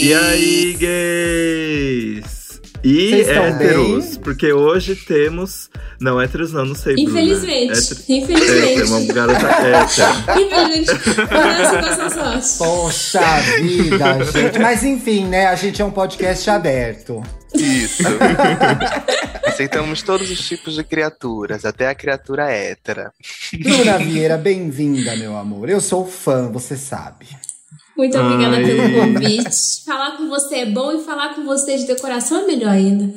E aí, gays? E Vocês estão héteros, bem? porque hoje temos... Não, héteros não sei, Infelizmente. Bruna. Infelizmente. É uma garota hétero. Infelizmente. Nossa, com essa sorte. Poxa vida, gente. Mas enfim, né? A gente é um podcast aberto. Isso. Aceitamos todos os tipos de criaturas, até a criatura hétera. Bruna Vieira, bem-vinda, meu amor. Eu sou fã, você sabe. Muito obrigada Ai. pelo convite. Falar com você é bom e falar com você de decoração é melhor ainda.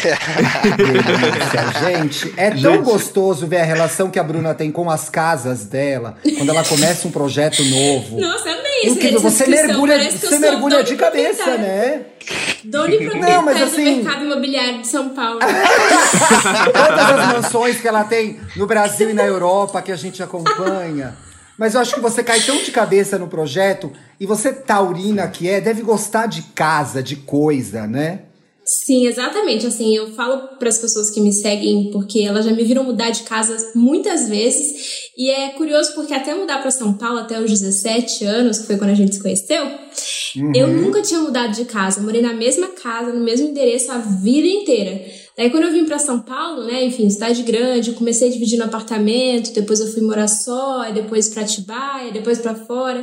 Delícia, gente. É tão gostoso ver a relação que a Bruna tem com as casas dela, quando ela começa um projeto novo. Nossa, amei isso. Incrível, você mergulha de cabeça, proprietária. né? Dona e proprietária Não, mas assim- do mercado imobiliário de São Paulo. Todas as mansões que ela tem no Brasil e na Europa, que a gente acompanha. Mas eu acho que você cai tão de cabeça no projeto, e você, taurina que é, deve gostar de casa, de coisa, né? Sim, exatamente. Assim, eu falo para as pessoas que me seguem, porque elas já me viram mudar de casa muitas vezes. E é curioso porque até mudar para São Paulo, até os 17 anos, que foi quando a gente se conheceu, eu nunca tinha mudado de casa. Eu morei na mesma casa, no mesmo endereço a vida inteira. Daí quando eu vim pra São Paulo, né, enfim, cidade grande, eu comecei dividindo apartamento, depois eu fui morar só, aí depois pra Atibaia, depois pra fora.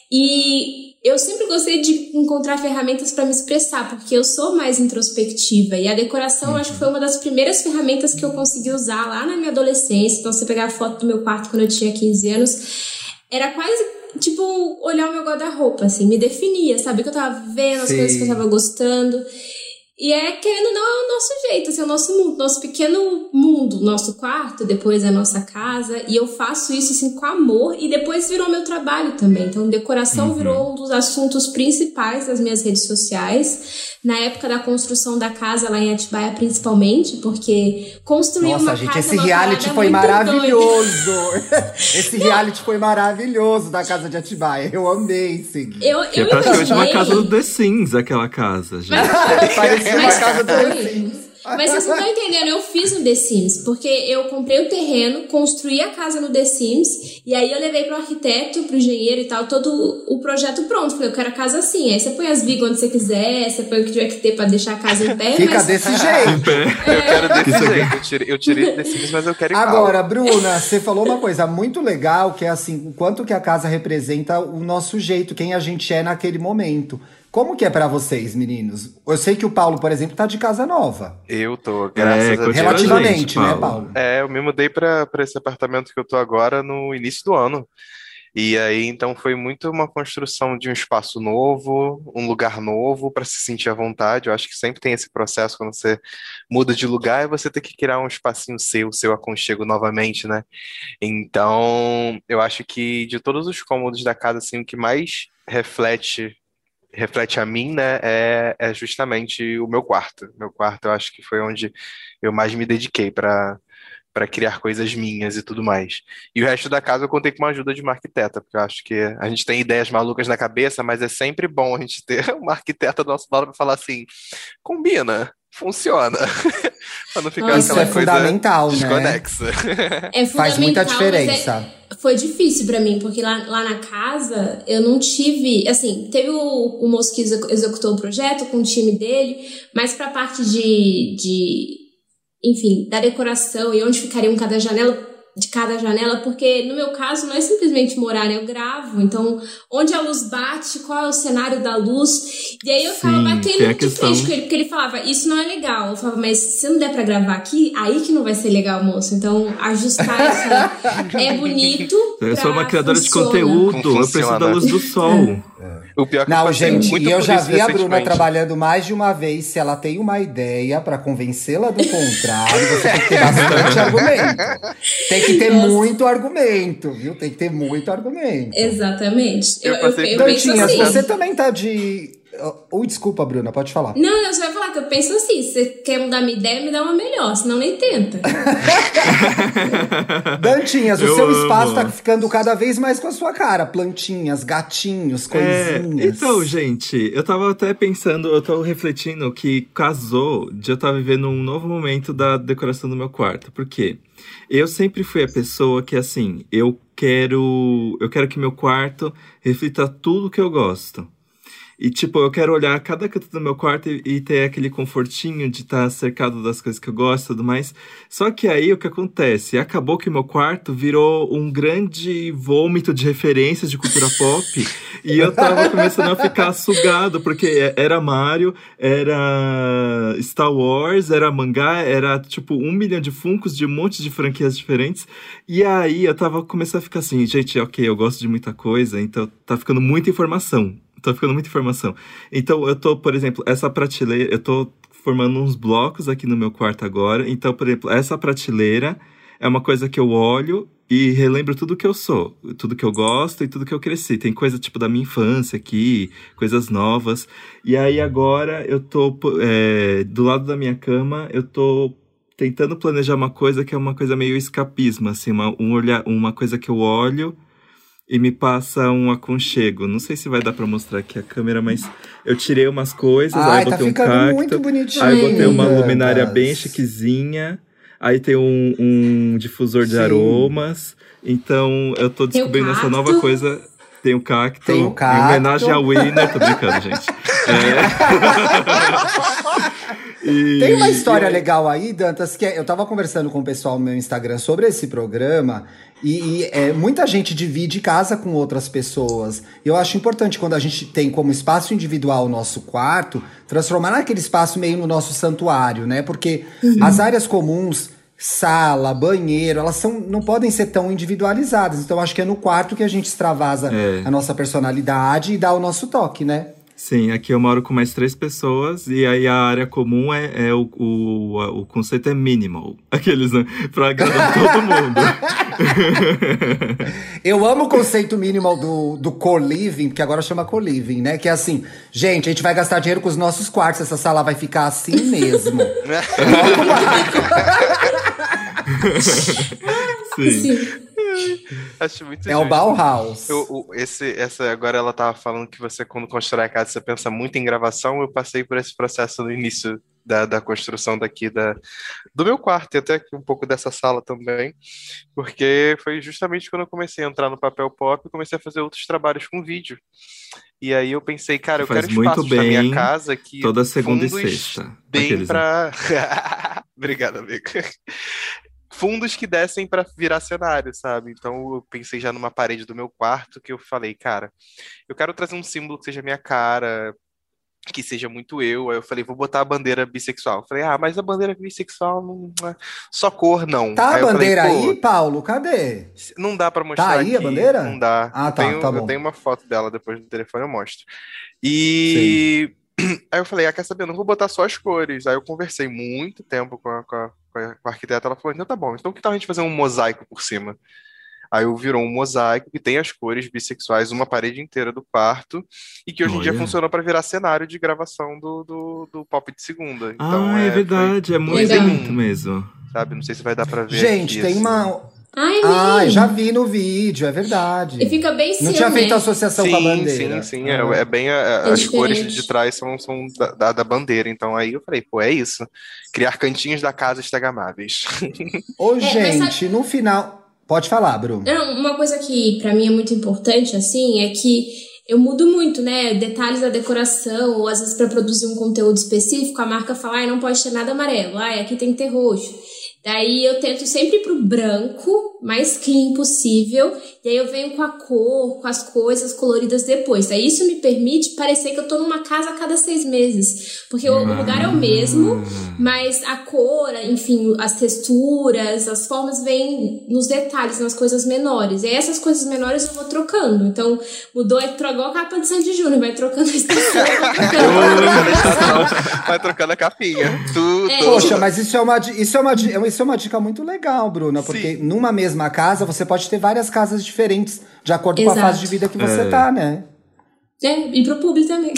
E eu sempre gostei de encontrar ferramentas pra me expressar, porque eu sou mais introspectiva. E a decoração, eu acho que foi uma das primeiras ferramentas que eu consegui usar lá na minha adolescência. Então, se você pegar a foto do meu quarto quando eu tinha 15 anos, era quase tipo olhar o meu guarda-roupa, assim, me definia, sabe? Que eu tava vendo as coisas que eu tava gostando. E querendo ou não, é o nosso jeito, assim, é o nosso mundo, nosso pequeno mundo, nosso quarto, depois é a nossa casa. E eu faço isso, assim, com amor, e depois virou meu trabalho também. Então, decoração virou um dos assuntos principais das minhas redes sociais. Na época da construção da casa lá em Atibaia, principalmente, porque construir Nossa, uma gente, casa esse é uma reality parada foi muito maravilhoso. doida. Esse reality foi maravilhoso da casa de Atibaia. Eu amei seguir. Que é praticamente uma imaginei- casa do The Sims, aquela casa, gente. Parecia uma Mas casa do foi. The Sims. Mas vocês não estão entendendo, eu fiz no The Sims, porque eu comprei o terreno, construí a casa no The Sims, e aí eu levei pro arquiteto, pro engenheiro e tal, todo o projeto pronto. Falei, eu quero a casa assim. Aí você põe as vigas onde você quiser, você põe o que tiver que ter pra deixar a casa em pé. Fica mas desse jeito. Eu quero desse jeito. Eu tirei desse Sims, mas eu quero igual. Agora, Bruna, você falou uma coisa muito legal, que é assim, o quanto que a casa representa o nosso jeito, quem a gente é naquele momento. Como que é pra vocês, meninos? Eu sei que o Paulo, por exemplo, tá de casa nova. Eu tô, graças a Deus. continua Relativamente, gente, né, Paulo? Paulo? Eu me mudei pra esse apartamento que eu tô agora no início do ano. E aí, então, foi muito uma construção de um espaço novo, um lugar novo para se sentir à vontade. Eu acho que sempre tem esse processo quando você muda de lugar e você tem que criar um espacinho seu aconchego novamente, né? Então, eu acho que de todos os cômodos da casa, assim, o que mais reflete a mim, né, é justamente o meu quarto. Meu quarto, eu acho que foi onde eu mais me dediquei para criar coisas minhas e tudo mais. E o resto da casa eu contei com uma ajuda de uma arquiteta, porque eu acho que a gente tem ideias malucas na cabeça, mas é sempre bom a gente ter uma arquiteta do nosso lado para falar assim, combina, funciona, para não ficar Isso aquela é coisa fundamental, né? desconexa. É Faz muita fundamental, diferença. mas foi difícil pra mim, porque lá na casa eu não tive. Assim, teve o moço que executou o projeto com o time dele, mas pra parte enfim, da decoração e onde ficariam de cada janela, porque no meu caso não é simplesmente morar, né? Eu gravo, então onde a luz bate, qual é o cenário da luz, e aí eu ficava Sim, batendo tem a muito de questão. frente com ele, porque ele falava, isso não é legal. Eu falava, mas se não der pra gravar aqui, aí que não vai ser legal, moço. Então ajustar isso é bonito. Eu sou uma pra criadora de funciona. conteúdo, eu preciso Funciona. da luz do sol. O pior é que eu Não, passei gente, muito e eu por já isso vi a Bruna recentemente. trabalhando mais de uma vez. Se ela tem uma ideia pra convencê-la do contrário, você tem que ter bastante argumento. Tem que ter muito argumento, viu? Tem que ter muito argumento. Exatamente. Eu Eu passei penso por Dantinhas, assim. você também tá de... Ui, desculpa, Bruna, pode falar. Não, eu só ia falar que eu penso assim, se você quer mudar minha ideia, me dá uma melhor, senão nem tenta. Dantinhas, o Eu seu amo. espaço tá ficando cada vez mais com a sua cara. Plantinhas, gatinhos, coisinhas. Então, gente, eu tava até pensando, eu tô refletindo que casou de eu estar vivendo um novo momento da decoração do meu quarto. Por quê? Eu sempre fui a pessoa que, assim, eu quero que meu quarto reflita tudo que eu gosto. E, tipo, eu quero olhar cada canto do meu quarto e ter aquele confortinho de estar cercado das coisas que eu gosto e tudo mais. Só que aí, o que acontece? Acabou que o meu quarto virou um grande vômito de referências de cultura pop. E eu tava começando a ficar sugado, porque era Mario, era Star Wars, era mangá, era, tipo, 1 milhão de Funkos de um monte de franquias diferentes. E aí, eu tava começando a ficar assim, gente, ok, eu gosto de muita coisa, então tá ficando muita informação. Tô ficando muita informação. Então, eu tô, por exemplo, essa prateleira... Eu tô formando uns blocos aqui no meu quarto agora. Então, por exemplo, essa prateleira é uma coisa que eu olho e relembro tudo que eu sou. Tudo que eu gosto e tudo que eu cresci. Tem coisa, tipo, da minha infância aqui, coisas novas. E aí, agora, eu tô... do lado da minha cama, eu tô tentando planejar uma coisa que é uma coisa meio escapismo, assim. Uma coisa que eu olho... E me passa um aconchego. Não sei se vai dar pra mostrar aqui a câmera, mas eu tirei umas coisas, aí Tá botei um ficando cacto, muito bonitinho. aí botei uma luminária Dantas. bem chiquezinha, aí tem um difusor de Sim. aromas. Então eu tô Tem o descobrindo essa nova cacto. coisa. Tem o cacto, Tem o em cacto. homenagem ao Winner. Tô brincando, gente. Tem uma história legal aí, Dantas, que eu tava conversando com o pessoal no meu Instagram sobre esse programa e muita gente divide casa com outras pessoas. Eu acho importante quando a gente tem como espaço individual o nosso quarto, transformar naquele espaço meio no nosso santuário, né? Porque as áreas comuns, sala, banheiro, elas não podem ser tão individualizadas. Então acho que é no quarto que a gente extravasa a nossa personalidade e dá o nosso toque, né? Sim, aqui eu moro com mais 3 pessoas e aí a área comum o conceito é minimal. Aqueles, né? Pra agradar todo mundo. Eu amo o conceito minimal do co-living, porque agora chama co-living, né? Que é assim, gente, a gente vai gastar dinheiro com os nossos quartos, essa sala vai ficar assim mesmo. Sim. Acho muito É o justo. Bauhaus. Agora ela tava falando que você, quando constrói a casa, você pensa muito em gravação. Eu passei por esse processo no início da construção daqui do meu quarto, e até um pouco dessa sala também, porque foi justamente quando eu comecei a entrar no papel pop e comecei a fazer outros trabalhos com vídeo. E aí eu pensei, cara, eu Faz quero muito espaços na minha bem casa que toda segunda e fundos sexta. deem Aqueles, né? pra... Obrigado, amigo. Fundos que dessem pra virar cenário, sabe? Então eu pensei já numa parede do meu quarto que eu falei, cara, eu quero trazer um símbolo que seja minha cara, que seja muito eu. Aí eu falei, vou botar a bandeira bissexual. Eu falei, mas a bandeira bissexual não é só cor, não. Tá Aí a eu falei, bandeira pô, aí, Paulo? Cadê? não dá pra mostrar Tá aí a aqui, bandeira? não dá. Ah, tá, tá Eu bom. tenho uma foto dela depois do telefone, eu mostro. Sim. E aí eu falei, quer saber, eu não vou botar só as cores. Aí eu conversei muito tempo com a arquiteta, ela falou, então tá bom, então que tal a gente fazer um mosaico por cima? Aí virou um mosaico que tem as cores bissexuais, uma parede inteira do quarto, e que hoje em dia Olha. funciona para virar cenário de gravação do Pop de Segunda. Então É verdade, é muito Legal. bonito mesmo. sabe, não sei se vai dar para ver Gente, aqui, tem assim. uma... Ai, já vi no vídeo, é verdade. E fica bem Não seu, tinha feito né? associação com a bandeira. Sim, é bem as diferente. cores de trás são da bandeira, então aí eu falei, pô, é isso, criar cantinhos da casa instagramáveis. Ô, mas gente, no final... Pode falar, Bruno. Não, uma coisa que pra mim é muito importante, assim, é que eu mudo muito, né? Detalhes da decoração, ou às vezes pra produzir um conteúdo específico, a marca fala, não pode ter nada amarelo, aqui tem que ter roxo. Daí eu tento sempre ir pro branco, mais clean possível, e aí eu venho com a cor, com as coisas coloridas depois. Daí isso me permite parecer que eu tô numa casa a cada 6 meses, porque o lugar é o mesmo, mas a cor, enfim, as texturas, as formas vêm nos detalhes, nas coisas menores. E aí essas coisas menores eu vou trocando. Então, mudou, entrou igual a capa de Sandy Júnior, vai trocando a estação, vai trocando. Vai trocando a capinha. Tudo. Poxa, mas isso é uma dica muito legal, Bruna, porque numa mesma casa você pode ter várias casas diferentes, de acordo com a fase de vida que você tá, né? E pro público também.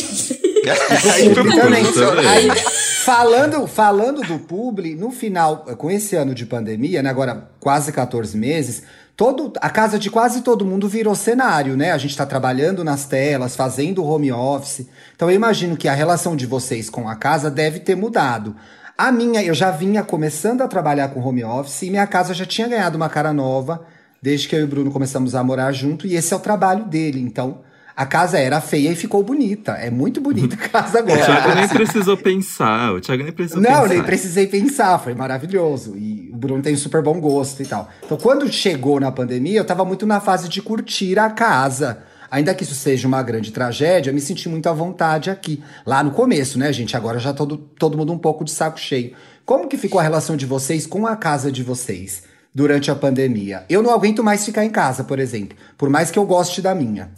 E pro público também. Aí, falando do publi, no final, com esse ano de pandemia, né, agora quase 14 meses, a casa de quase todo mundo virou cenário, né? A gente tá trabalhando nas telas, fazendo home office. Então eu imagino que a relação de vocês com a casa deve ter mudado. A minha, eu já vinha começando a trabalhar com home office e minha casa já tinha ganhado uma cara nova, desde que eu e o Bruno começamos a morar junto, e esse é o trabalho dele. Então, A casa era feia e ficou bonita. É muito bonita a casa agora. O Thiago nem precisou pensar. Não, nem precisei pensar. Foi maravilhoso. E o Bruno tem super bom gosto e tal. Então, quando chegou na pandemia, eu tava muito na fase de curtir a casa. Ainda que isso seja uma grande tragédia, eu me senti muito à vontade aqui. Lá no começo, né, gente? Agora já todo mundo um pouco de saco cheio. Como que ficou a relação de vocês com a casa de vocês durante a pandemia? Eu não aguento mais ficar em casa, por exemplo. Por mais que eu goste da minha.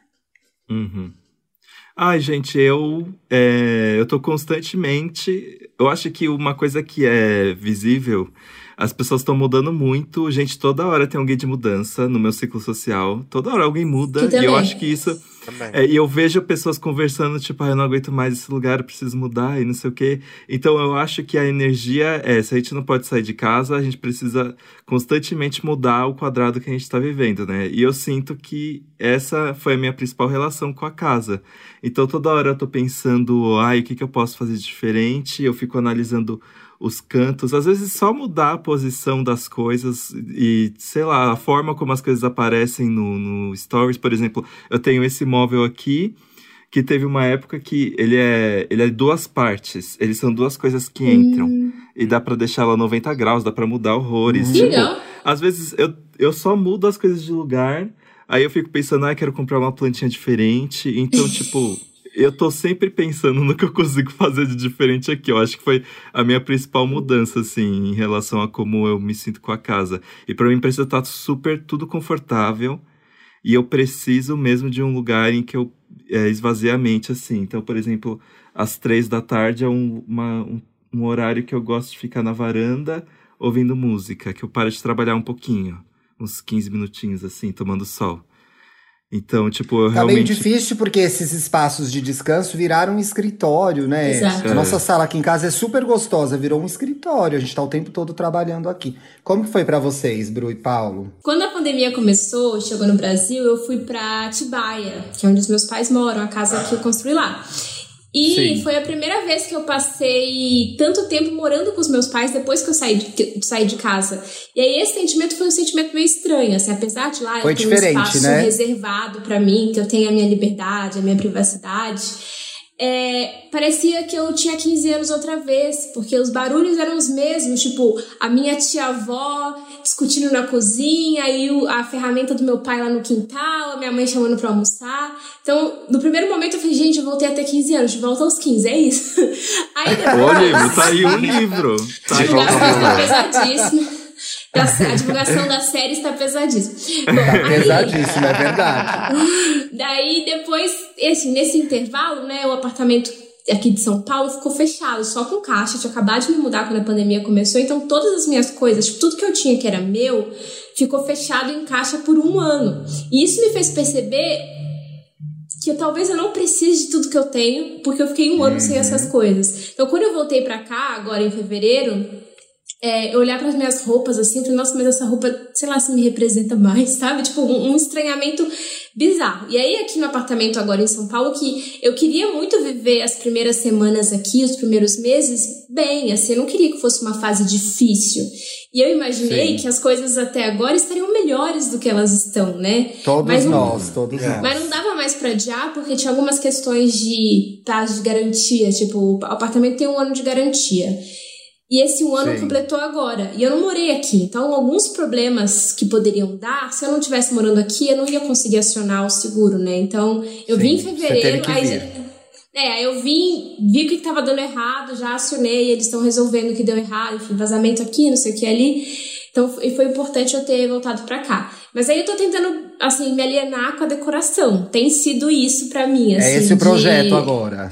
Uhum. Ai, gente, eu tô constantemente. Eu acho que uma coisa que é visível, as pessoas estão mudando muito. Gente, toda hora tem alguém de mudança no meu ciclo social. Toda hora alguém muda. E eu acho que isso. E eu vejo pessoas conversando, tipo, eu não aguento mais esse lugar, eu preciso mudar e não sei o quê. Então eu acho que a energia se a gente não pode sair de casa, a gente precisa constantemente mudar o quadrado que a gente tá vivendo, né? E eu sinto que essa foi a minha principal relação com a casa. Então toda hora eu tô pensando, o que eu posso fazer diferente? Eu fico analisando os cantos, às vezes só mudar a posição das coisas e, sei lá, a forma como as coisas aparecem no Stories, por exemplo. Eu tenho esse móvel aqui, que teve uma época que ele é 2 partes, eles são 2 coisas que entram, e dá pra deixar ela 90 graus, dá pra mudar horrores. Legal. Às vezes eu só mudo as coisas de lugar, aí eu fico pensando, quero comprar uma plantinha diferente, então, tipo... Eu tô sempre pensando no que eu consigo fazer de diferente aqui. Eu acho que foi a minha principal mudança, assim, em relação a como eu me sinto com a casa. E pra mim precisa estar tudo confortável. E eu preciso mesmo de um lugar em que eu esvazie a mente, assim. Então, por exemplo, às 3 da tarde é um horário que eu gosto de ficar na varanda ouvindo música. Que eu paro de trabalhar um pouquinho. Uns 15 minutinhos, assim, tomando sol. Então, tipo, eu realmente... Tá meio difícil porque esses espaços de descanso viraram um escritório, né? Exato. A nossa sala aqui em casa é super gostosa, virou um escritório. A gente tá o tempo todo trabalhando aqui. Como que foi pra vocês, Bru e Paulo? Quando a pandemia começou, chegou no Brasil, eu fui pra Atibaia, que é onde os meus pais moram, a casa que eu construí lá. E foi a primeira vez que eu passei tanto tempo morando com os meus pais depois que eu saí de casa. E aí esse sentimento foi um sentimento meio estranho, assim, apesar de lá eu ter um espaço, né, reservado pra mim, que eu tenho a minha liberdade, a minha privacidade. Parecia que eu tinha 15 anos outra vez, porque os barulhos eram os mesmos, tipo, a minha tia-avó discutindo na cozinha, e a ferramenta do meu pai lá no quintal, a minha mãe chamando pra almoçar. Então, no primeiro momento eu falei, gente, eu voltei a ter 15 anos, de volta aos 15, é isso. Aí depois... Ô, livro, tá aí um livro. Tá pesadíssimo. A divulgação da série está pesadíssima. Bom, pesadíssimo, é verdade. Daí, depois, nesse intervalo, né, o apartamento aqui de São Paulo ficou fechado, só com caixa. Eu tinha acabado de me mudar quando a pandemia começou, então todas as minhas coisas, tudo que eu tinha que era meu, ficou fechado em caixa por 1 ano. E isso me fez perceber que talvez eu não precise de tudo que eu tenho, porque eu fiquei 1 ano sem essas coisas. Então, quando eu voltei pra cá, agora em fevereiro... eu olhar para as minhas roupas assim, eu falei, nossa, mas essa roupa, sei lá se me representa mais, sabe? Tipo, um estranhamento bizarro. E aí, aqui no apartamento agora em São Paulo, que eu queria muito viver as primeiras semanas aqui, os primeiros meses, bem, assim, eu não queria que fosse uma fase difícil. E eu imaginei que as coisas até agora estariam melhores do que elas estão, né? Todos nós. Mas não dava mais pra adiar, porque tinha algumas questões de prazo de garantia, tipo, o apartamento tem 1 ano de garantia. E esse 1 ano completou agora. E eu não morei aqui. Então, alguns problemas que poderiam dar, se eu não estivesse morando aqui, eu não ia conseguir acionar o seguro, né? Então, eu vim em fevereiro. Aí eu vi o que estava dando errado, já acionei, eles estão resolvendo o que deu errado, enfim, vazamento aqui, não sei o que ali. Então, foi importante eu ter voltado pra cá. Mas aí eu tô tentando, assim, me alienar com a decoração. Tem sido isso pra mim, assim. É esse o projeto agora.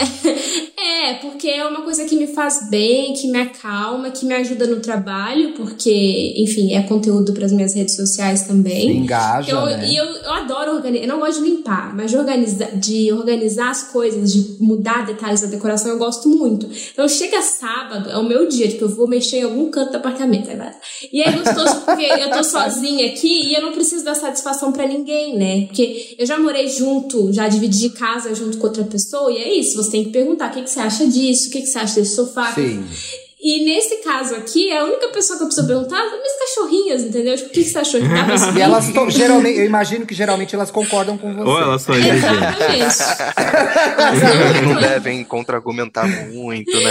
Porque é uma coisa que me faz bem, que me acalma, que me ajuda no trabalho, porque, enfim, é conteúdo para as minhas redes sociais também. Se engaja, então, né? E eu adoro organizar, eu não gosto de limpar, mas de organizar as coisas, de mudar detalhes da decoração, eu gosto muito. Então, chega sábado, é o meu dia, tipo, eu vou mexer em algum canto do apartamento. E é gostoso porque eu tô sozinha aqui e eu não preciso dar satisfação pra ninguém, né? Porque eu já morei junto, já dividi casa junto com outra pessoa, e é isso, você tem que perguntar o que você acha disso, o que você acha desse sofá. Sim. E nesse caso aqui, a única pessoa que eu preciso perguntar é minhas cachorrinhas, entendeu? Tipo, o que você achou? E elas geralmente, eu imagino que geralmente elas concordam com você. Ou elas são exigentes. Exatamente. Não devem contra-argumentar muito, né?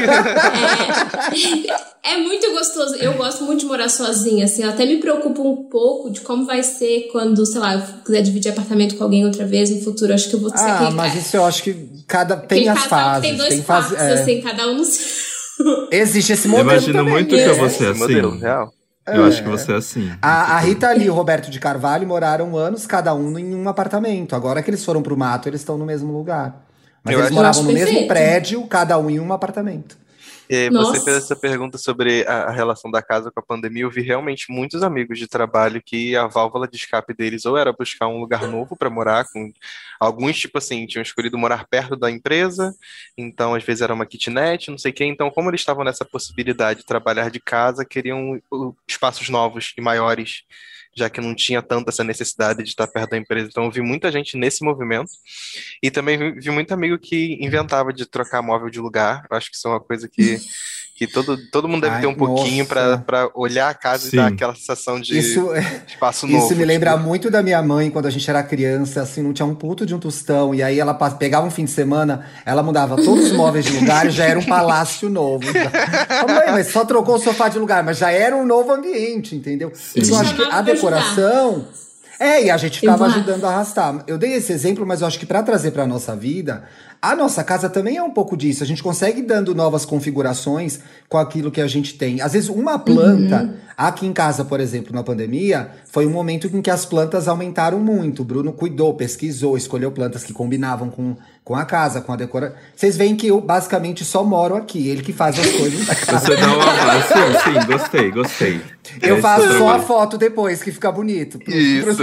É muito gostoso. Eu gosto muito de morar sozinha, assim. Eu até me preocupo um pouco de como vai ser quando, sei lá, eu quiser dividir apartamento com alguém outra vez no futuro. Acho que eu vou ser aquele mas cara. isso eu acho que tem as fases. Tem dois quartos, assim, cada um no seu. Existe esse Eu modelo imagino também. muito que é você assim. Modelo real. Eu acho que você é assim. A Rita Lee e o Roberto de Carvalho moraram anos, cada um em um apartamento. Agora que eles foram pro mato, eles estão no mesmo lugar. Mas eles moravam no mesmo prédio, cada um em um apartamento. Você fez essa pergunta sobre a relação da casa com a pandemia. Eu vi realmente muitos amigos de trabalho que a válvula de escape deles ou era buscar um lugar novo para morar, com alguns, tipo assim, tinham escolhido morar perto da empresa, então às vezes era uma kitnet, não sei o quê. Então, como eles estavam nessa possibilidade de trabalhar de casa, queriam espaços novos e maiores, já que não tinha tanta essa necessidade de estar perto da empresa. Então, eu vi muita gente nesse movimento. E também vi muito amigo que inventava de trocar móvel de lugar. Eu acho que isso é uma coisa que todo mundo deve ter um pouquinho para olhar a casa e dar aquela sensação de espaço novo. Isso me lembra muito da minha mãe, quando a gente era criança, assim, não tinha um puto de um tostão. E aí ela pegava um fim de semana, ela mudava todos os móveis de lugar e já era um palácio novo. Mãe, mas só trocou o sofá de lugar, mas já era um novo ambiente, entendeu? Então eu acho que a decoração... e a gente ficava ajudando a arrastar. Eu dei esse exemplo, mas eu acho que para trazer para nossa vida, a nossa casa também é um pouco disso. A gente consegue ir dando novas configurações com aquilo que a gente tem. Às vezes, uma planta, aqui em casa, por exemplo, na pandemia, foi um momento em que as plantas aumentaram muito. O Bruno cuidou, pesquisou, escolheu plantas que combinavam com a casa, com a decoração. Vocês veem que eu basicamente só moro aqui, ele que faz as coisas da casa. Você dá sim, gostei. Eu faço só a foto depois, que fica bonito. Isso.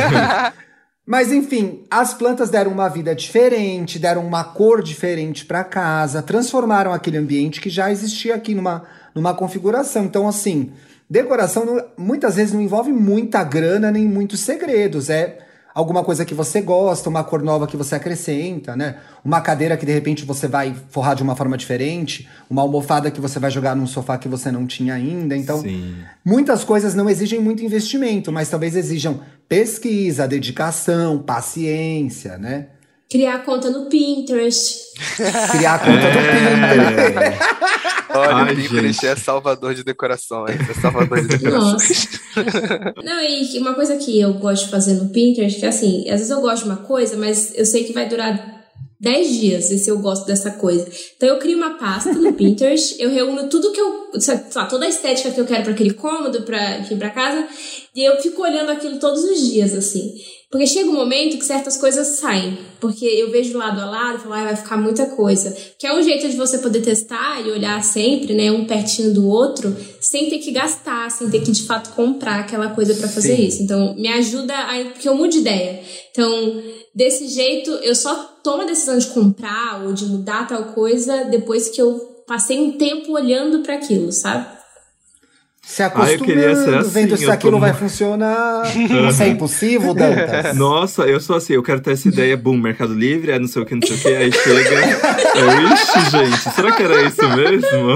Mas enfim, as plantas deram uma vida diferente, deram uma cor diferente para casa, transformaram aquele ambiente que já existia aqui numa configuração. Então, assim, decoração muitas vezes não envolve muita grana nem muitos segredos. É alguma coisa que você gosta, uma cor nova que você acrescenta, né? Uma cadeira que de repente você vai forrar de uma forma diferente, uma almofada que você vai jogar num sofá que você não tinha ainda. Então, muitas coisas não exigem muito investimento, mas talvez exijam pesquisa, dedicação, paciência, né? Criar conta no Pinterest. Criar conta no Pinterest. Olha, o Pinterest é salvador de decorações. É salvador de decorações. Não, e uma coisa que eu gosto de fazer no Pinterest, que assim, às vezes eu gosto de uma coisa, mas eu sei que vai durar 10 dias, se eu gosto dessa coisa. Então eu crio uma pasta no Pinterest, eu reúno tudo que eu... toda a estética que eu quero para aquele cômodo, pra casa, e eu fico olhando aquilo todos os dias, assim. Porque chega um momento que certas coisas saem. Porque eu vejo lado a lado e falo, vai ficar muita coisa. Que é um jeito de você poder testar e olhar sempre, né, um pertinho do outro, sem ter que gastar, sem ter que, de fato, comprar aquela coisa pra fazer isso. Então, me ajuda porque eu mudo de ideia. Então, desse jeito, eu só tomo a decisão de comprar ou de mudar tal coisa depois que eu passei um tempo olhando pra aquilo, sabe? Se acostumando, vendo se aquilo vai funcionar. Isso é impossível, Dantas? Nossa, eu sou assim, eu quero ter essa ideia, boom, Mercado Livre, não sei o que, aí chega. Ixi, gente, será que era isso mesmo?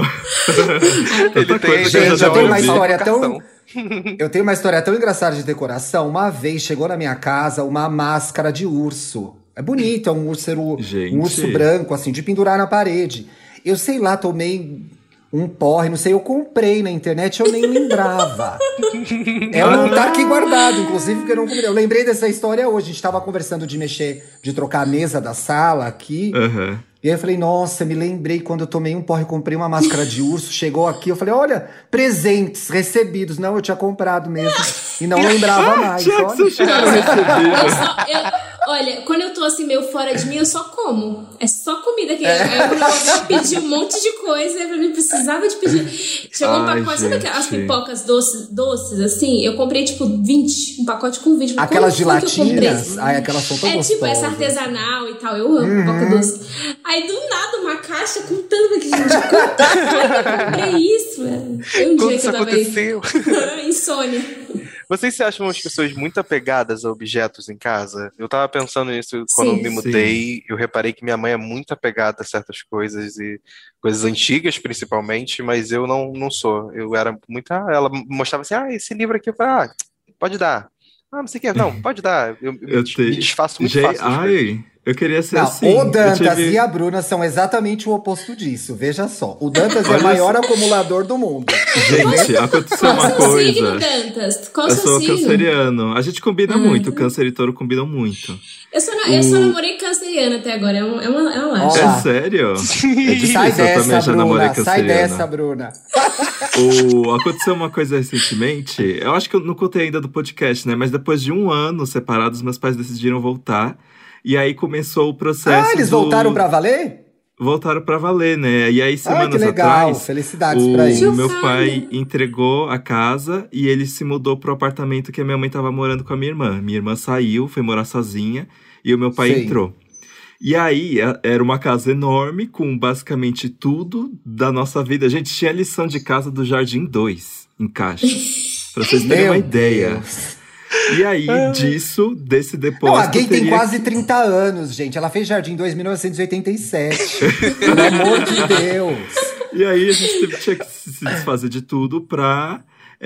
Ele tem, gente, eu tenho uma história tão... Eu tenho uma história tão engraçada de decoração. Uma vez chegou na minha casa uma máscara de urso. É bonito, é um urso branco, assim, de pendurar na parede. Eu sei lá, tomei um porre, não sei, eu comprei na internet, eu nem lembrava. Tá aqui guardado, inclusive, porque eu não comprei. Eu lembrei dessa história hoje, a gente tava conversando de trocar a mesa da sala aqui. E aí eu falei, nossa, me lembrei quando eu tomei um porre, comprei uma máscara de urso, chegou aqui, eu falei, olha, presentes recebidos. Não, eu tinha comprado mesmo e não lembrava mais. Olha, quando eu tô assim meio fora de mim, eu só como. É só comida que eu pedi um monte de coisa, pra mim precisava de pedir. Chegou um pacote, sabe aquelas pipocas doces assim? Eu comprei tipo 20, um pacote com 20. Aquelas gelatinas? Ai, aquelas são tão gostosas. Tipo essa artesanal e tal, eu amo pipoca doce. Aí do nada uma caixa com tanto que gente, eu comprei isso, velho. Foi um dia que eu tava aconteceu? Insônia. Vocês se acham as pessoas muito apegadas a objetos em casa? Eu tava pensando nisso quando Sim. me mudei. Eu reparei que minha mãe é muito apegada a certas coisas e coisas antigas, principalmente, mas eu não sou. Eu era muito. Ela mostrava assim: esse livro aqui. Eu falei, pode dar. Não sei o que. Não, pode dar. Eu Eu me desfaço muito fácil das coisas. Ai, eu queria ser Não, assim. o Dantas Eu tive- e a Bruna são exatamente o oposto disso. Veja só. O Dantas é Olha o maior acumulador do mundo. Gente, aconteceu Qual uma seu signo, coisa. Dantas? Qual Eu seu sou signo? canceriano. A gente combina muito. Câncer e touro combinam muito. Eu só namorei canceriana até agora, é uma laje. Ó. É sério? É difícil, Sai eu também dessa, já namorei Bruna. Sai canceriana. dessa, Bruna. Aconteceu uma coisa recentemente. Eu acho que eu não contei ainda do podcast, né? Mas depois de um ano separados, meus pais decidiram voltar. E aí começou o processo. Eles voltaram pra valer? Voltaram pra valer, né? E aí, Que semanas legal. atrás, Felicidades pra eles. o meu Chocada. pai entregou a casa e ele se mudou pro apartamento que a minha mãe tava morando com a minha irmã. Minha irmã saiu, foi morar sozinha e o meu pai Sei. entrou. E aí, era uma casa enorme, com basicamente tudo da nossa vida. A gente tinha a lição de casa do Jardim 2 em caixa. Pra vocês terem Meu uma ideia. Deus. E aí, desse Não, depósito. a gay tem teria quase 30 anos, gente. Ela fez Jardim 2 em 1987. Pelo amor de Deus. E aí a gente tinha que se desfazer de tudo pra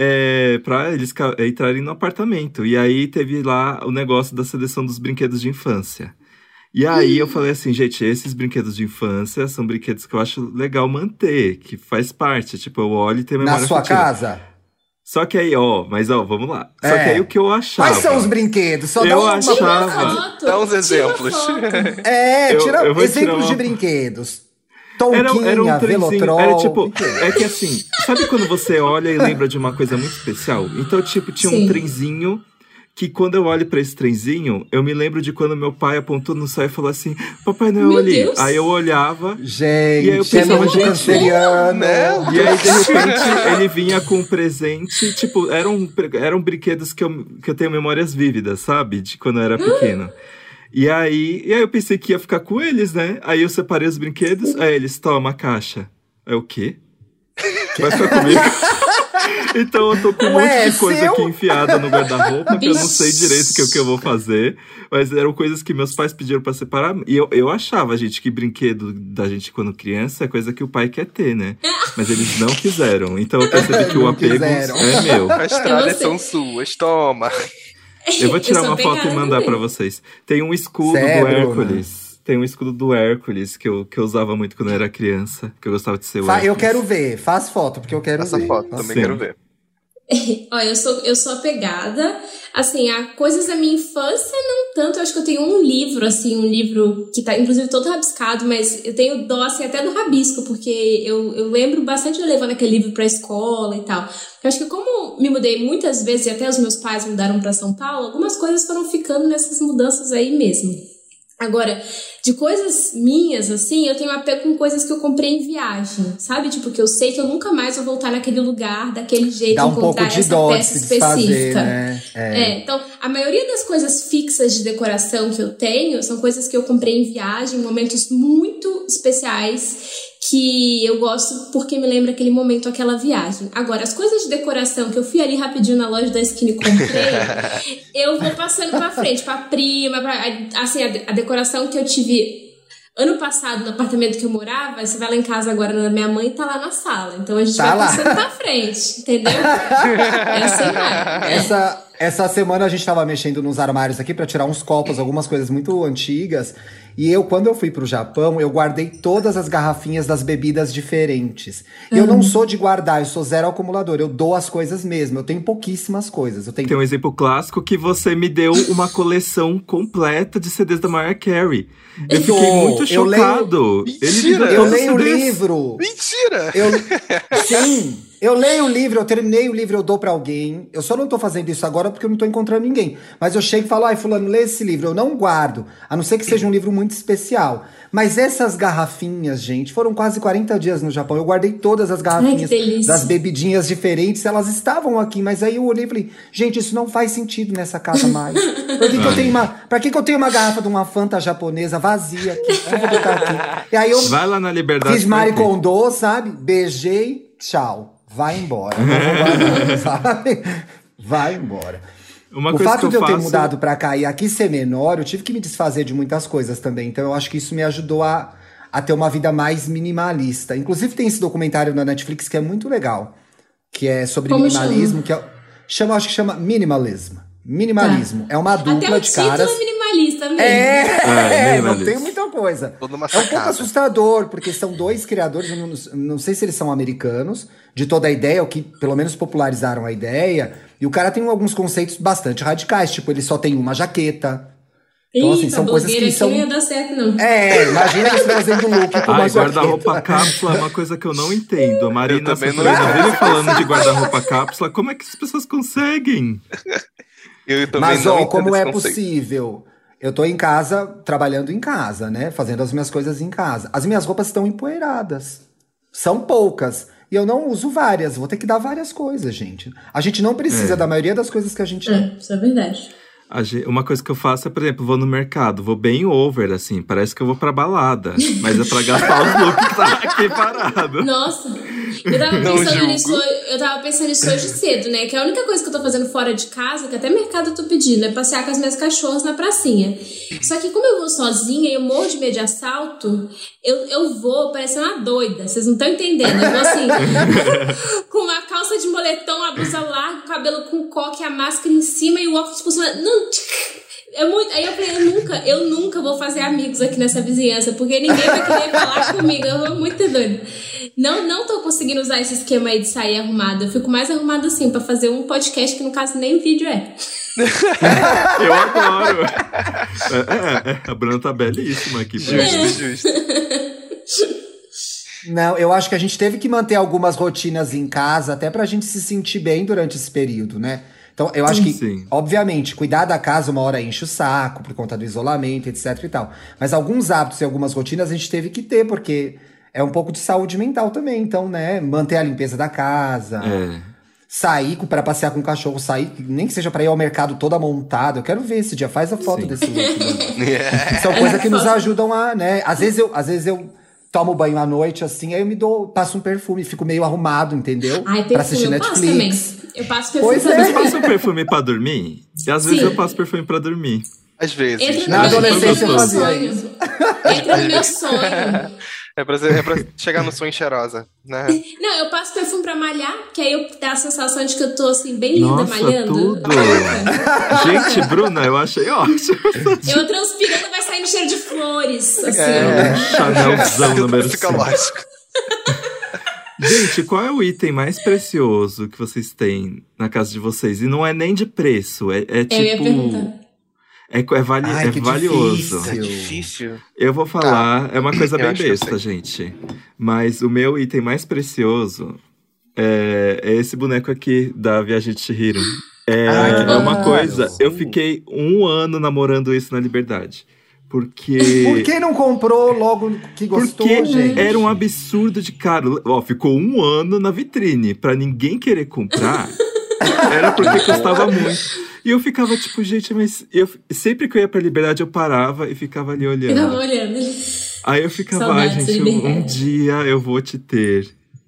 eles entrarem no apartamento. E aí teve lá o negócio da seleção dos brinquedos de infância. E aí eu falei assim, gente, esses brinquedos de infância são brinquedos que eu acho legal manter, que faz parte. Tipo, eu olho e tenho memória Na sua afetiva. casa? Só que aí, vamos lá. Só É. que aí o que eu achava... Quais são os brinquedos? Só dá Eu uma achava- Foto, Dá uns tira exemplos. foto. É, Eu tira vou tirar exemplos uma- de brinquedos. Era Tonquinha, um trenzinho, Velotrol. era tipo, o que é? é que assim, sabe quando você olha e lembra de uma coisa muito especial? Então, tipo, tinha um Sim. trenzinho que quando eu olho pra esse trenzinho, eu me lembro de quando meu pai apontou no céu e falou assim, Papai Noel Meu ali. Deus. Aí eu olhava, Gente, E aí eu é pensava, muito gente, canceriano. né? e aí de repente ele vinha com um presente, tipo, eram brinquedos que eu tenho memórias vívidas, sabe? De quando eu era pequeno. E aí eu pensei que ia ficar com eles, né? Aí eu separei os brinquedos, aí eles, toma a caixa. É o quê? Vai ficar comigo? Então eu tô com um Ué, monte de coisa seu? aqui enfiada no guarda-roupa que eu não sei Vixe. direito o que eu vou fazer. Mas eram coisas que meus pais pediram pra separar. E eu achava, gente, que brinquedo da gente quando criança é coisa que o pai quer ter, né? Mas eles não quiseram. Então eu percebi que o Não apego quiseram. é meu. As tralhas você. são suas, toma. Eu vou tirar sou uma foto e apegada mandar também. pra vocês. Tem um escudo Sério, do Bruna? Hércules. Tem um escudo do Hércules que eu usava muito quando eu era criança. Que eu gostava de ser o Eu Hércules. quero ver. Faz foto, porque eu quero Essa ver. foto, também Sim. quero ver. Olha, eu sou apegada, assim, a coisas da minha infância, não tanto. Eu acho que eu tenho um livro que tá, inclusive, todo rabiscado, mas eu tenho dó, assim, até do rabisco, porque eu lembro bastante de eu levando aquele livro pra escola e tal. Eu acho que como me mudei muitas vezes, e até os meus pais mudaram pra São Paulo, algumas coisas foram ficando nessas mudanças aí mesmo. Agora, de coisas minhas, assim, eu tenho apego com coisas que eu comprei em viagem, sabe? Tipo, que eu sei que eu nunca mais vou voltar naquele lugar, daquele jeito, Dá um encontrar pouco de essa dó de peça se desfazer, específica. né? Então, a maioria das coisas fixas de decoração que eu tenho são coisas que eu comprei em viagem, em momentos muito especiais, que eu gosto porque me lembra aquele momento, aquela viagem. Agora, as coisas de decoração que eu fui ali rapidinho na loja da esquina e comprei, eu vou passando pra frente, pra prima, assim, a decoração que eu tive ano passado no apartamento que eu morava, você vai lá em casa agora na minha mãe, tá lá na sala. Então a gente Tá vai lá. passando pra frente, entendeu? É assim vai. Essa semana a gente tava mexendo nos armários aqui pra tirar uns copos, algumas coisas muito antigas. E quando eu fui pro Japão, eu guardei todas as garrafinhas das bebidas diferentes. E eu não sou de guardar, eu sou zero acumulador. Eu dou as coisas mesmo. Eu tenho pouquíssimas coisas. Eu tenho Tem um exemplo clássico que você me deu uma coleção completa de CDs da Mariah Carey. Eu fiquei muito eu leio- chocado. Ele me deu Mentira! Eu todos os leio o CDs. livro. Mentira! Sim, eu leio o livro, eu terminei o livro, eu dou pra alguém. Eu só não tô fazendo isso agora porque eu não tô encontrando ninguém. Mas eu chego e falo, ai, fulano, lê esse livro. Eu não guardo, a não ser que seja um livro muito especial. Mas essas garrafinhas, gente, foram quase 40 dias no Japão. Eu guardei todas as garrafinhas Ai, que delícia. das bebidinhas diferentes. Elas estavam aqui, mas aí eu olhei e falei, gente, isso não faz sentido nessa casa mais. Pra que eu tenho uma garrafa de uma Fanta japonesa vazia aqui? Eu vou botar aqui. E aí eu Vai lá na Liberdade. fiz Marie Kondo, sabe? Beijei, tchau. Vai embora. Não vou guardar, sabe? Vai embora. Uma O coisa que fato eu de eu ter faço. mudado pra cá e aqui ser menor, eu tive que me desfazer de muitas coisas também. Então eu acho que isso me ajudou a ter uma vida mais minimalista. Inclusive tem esse documentário na Netflix que é muito legal, que é sobre Como minimalismo, chama? acho que chama Minimalism. Tá. Minimalismo. É uma Até dupla o de título caras. é minimalista mesmo. Não Minimalista. tem muita coisa. Tô numa É um pouco sacada. assustador, porque são dois criadores, eu não sei se eles são americanos, de toda a ideia, ou que pelo menos popularizaram a ideia. E o cara tem alguns conceitos bastante radicais, tipo, ele só tem uma jaqueta. Então, assim, Eita, são coisas blogueira que aqui são. não ia dar certo, não. Imagina eles trazendo o look com uma Ai, guarda-roupa jaqueta. cápsula é uma coisa que eu não entendo. A Marina também não Santorina entendo. vive falando de guarda-roupa cápsula. Como é que as pessoas conseguem? Eu também Mas, não ó, entendo como esse é conceito. possível? Eu tô em casa, trabalhando em casa, né? Fazendo as minhas coisas em casa. As minhas roupas estão empoeiradas. São poucas. E eu não uso várias. Vou ter que dar várias coisas, gente. A gente não precisa da maioria das coisas que a gente tem. Isso é verdade. Uma coisa que eu faço é, por exemplo, vou no mercado, vou bem over, assim, parece que eu vou pra balada. Mas é pra gastar os looks que tá aqui parado. Nossa, eu tava Não pensando julgo. nisso, eu tava pensando nisso hoje cedo, né? Que a única coisa que eu tô fazendo fora de casa, que até mercado eu tô pedindo, é passear com as minhas cachorras na pracinha. Só que como eu vou sozinha e eu morro de medo de assalto, eu vou parecendo uma doida. Vocês não estão entendendo. Eu vou assim, com uma calça de moletom, a blusa larga, o cabelo com coque, a máscara em cima e o óculos por cima. Não, é muito. Aí eu falei, eu nunca vou fazer amigos aqui nessa vizinhança, porque ninguém vai querer falar comigo. Eu vou muito doida. Não tô conseguindo usar esse esquema aí de sair arrumada. Eu fico mais arrumada assim, pra fazer um podcast que no caso nem vídeo é. Eu adoro. A Bruna tá belíssima aqui. Justo. Não, eu acho que a gente teve que manter algumas rotinas em casa, até pra gente se sentir bem durante esse período, né? Então, eu acho que, Sim. obviamente, cuidar da casa uma hora enche o saco, por conta do isolamento, etc e tal. Mas alguns hábitos e algumas rotinas a gente teve que ter, porque é um pouco de saúde mental também. Então, né, manter a limpeza da casa, sair pra passear com o cachorro, sair, nem que seja pra ir ao mercado toda montada. Eu quero ver esse dia, faz a foto Sim. desse look. Né? São coisas que nos ajudam a, né? Às vezes eu tomo banho à noite, assim, aí eu passo um perfume, fico meio arrumado, entendeu? Ai, Pra assistir perfume, eu passo também. Netflix. Eu passo perfume Pois também. é. Vocês passam perfume pra dormir? E às vezes Sim. eu passo perfume pra dormir. Às vezes. Entra Na no adolescência eu meu fazia sonho. isso. Entra no meu sonho. É pra chegar no sonho cheirosa, né? Não, eu passo perfume pra malhar, que aí eu dá a sensação de que eu tô assim, bem linda Nossa, malhando. tudo. Gente, Bruna, eu achei ótimo. Eu transpirando, vai saindo cheiro de flores. Assim, Chanelzão número 5. Psicológico. Gente, qual é o item mais precioso que vocês têm na casa de vocês? E não é nem de preço, é Eu ia tipo. perguntar. É Ai, que valioso. difícil. É difícil. Eu vou falar, é uma coisa eu bem acho que eu besta, sei. gente. Mas o meu item mais precioso é esse boneco aqui da Viagem de Chihiro. Ai, que É uma bom. coisa. Eu fiquei 1 ano namorando isso na Liberdade. Porque. Por que não comprou logo que gostou, Porque gente? era um absurdo de caro. Ó, ficou 1 ano na vitrine. Pra ninguém querer comprar, era porque custava muito. E eu ficava tipo, gente, mas... sempre que eu ia pra Liberdade, eu parava e ficava ali olhando. Ficava olhando. Aí eu ficava, ai, Saudades gente, da um Liberdade. dia eu vou te ter.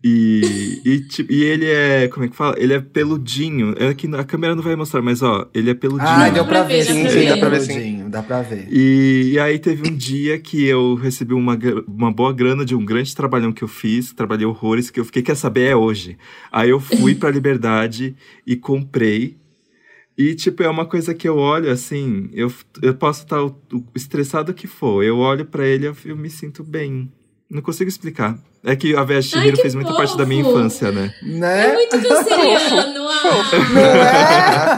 E ele é, como é que fala? Ele é peludinho. É que a câmera não vai mostrar, mas ó, ele é peludinho. Ai, Dá deu pra pra ver, ver, dá sim, pra sim, ver. dá pra ver, Sim. sim, dá pra ver. E aí teve um dia que eu recebi uma boa grana de um grande trabalhão que eu fiz, trabalhei horrores, que eu fiquei, quer saber, é hoje. Aí eu fui pra Liberdade e comprei. E, tipo, é uma coisa que eu olho, assim, eu posso estar o estressado que for, eu olho pra ele e eu me sinto bem. Não consigo explicar. É que a Viagem de Chihiro que fez muita parte da minha fofo. infância, né? É Né? muito canceriano. Não é?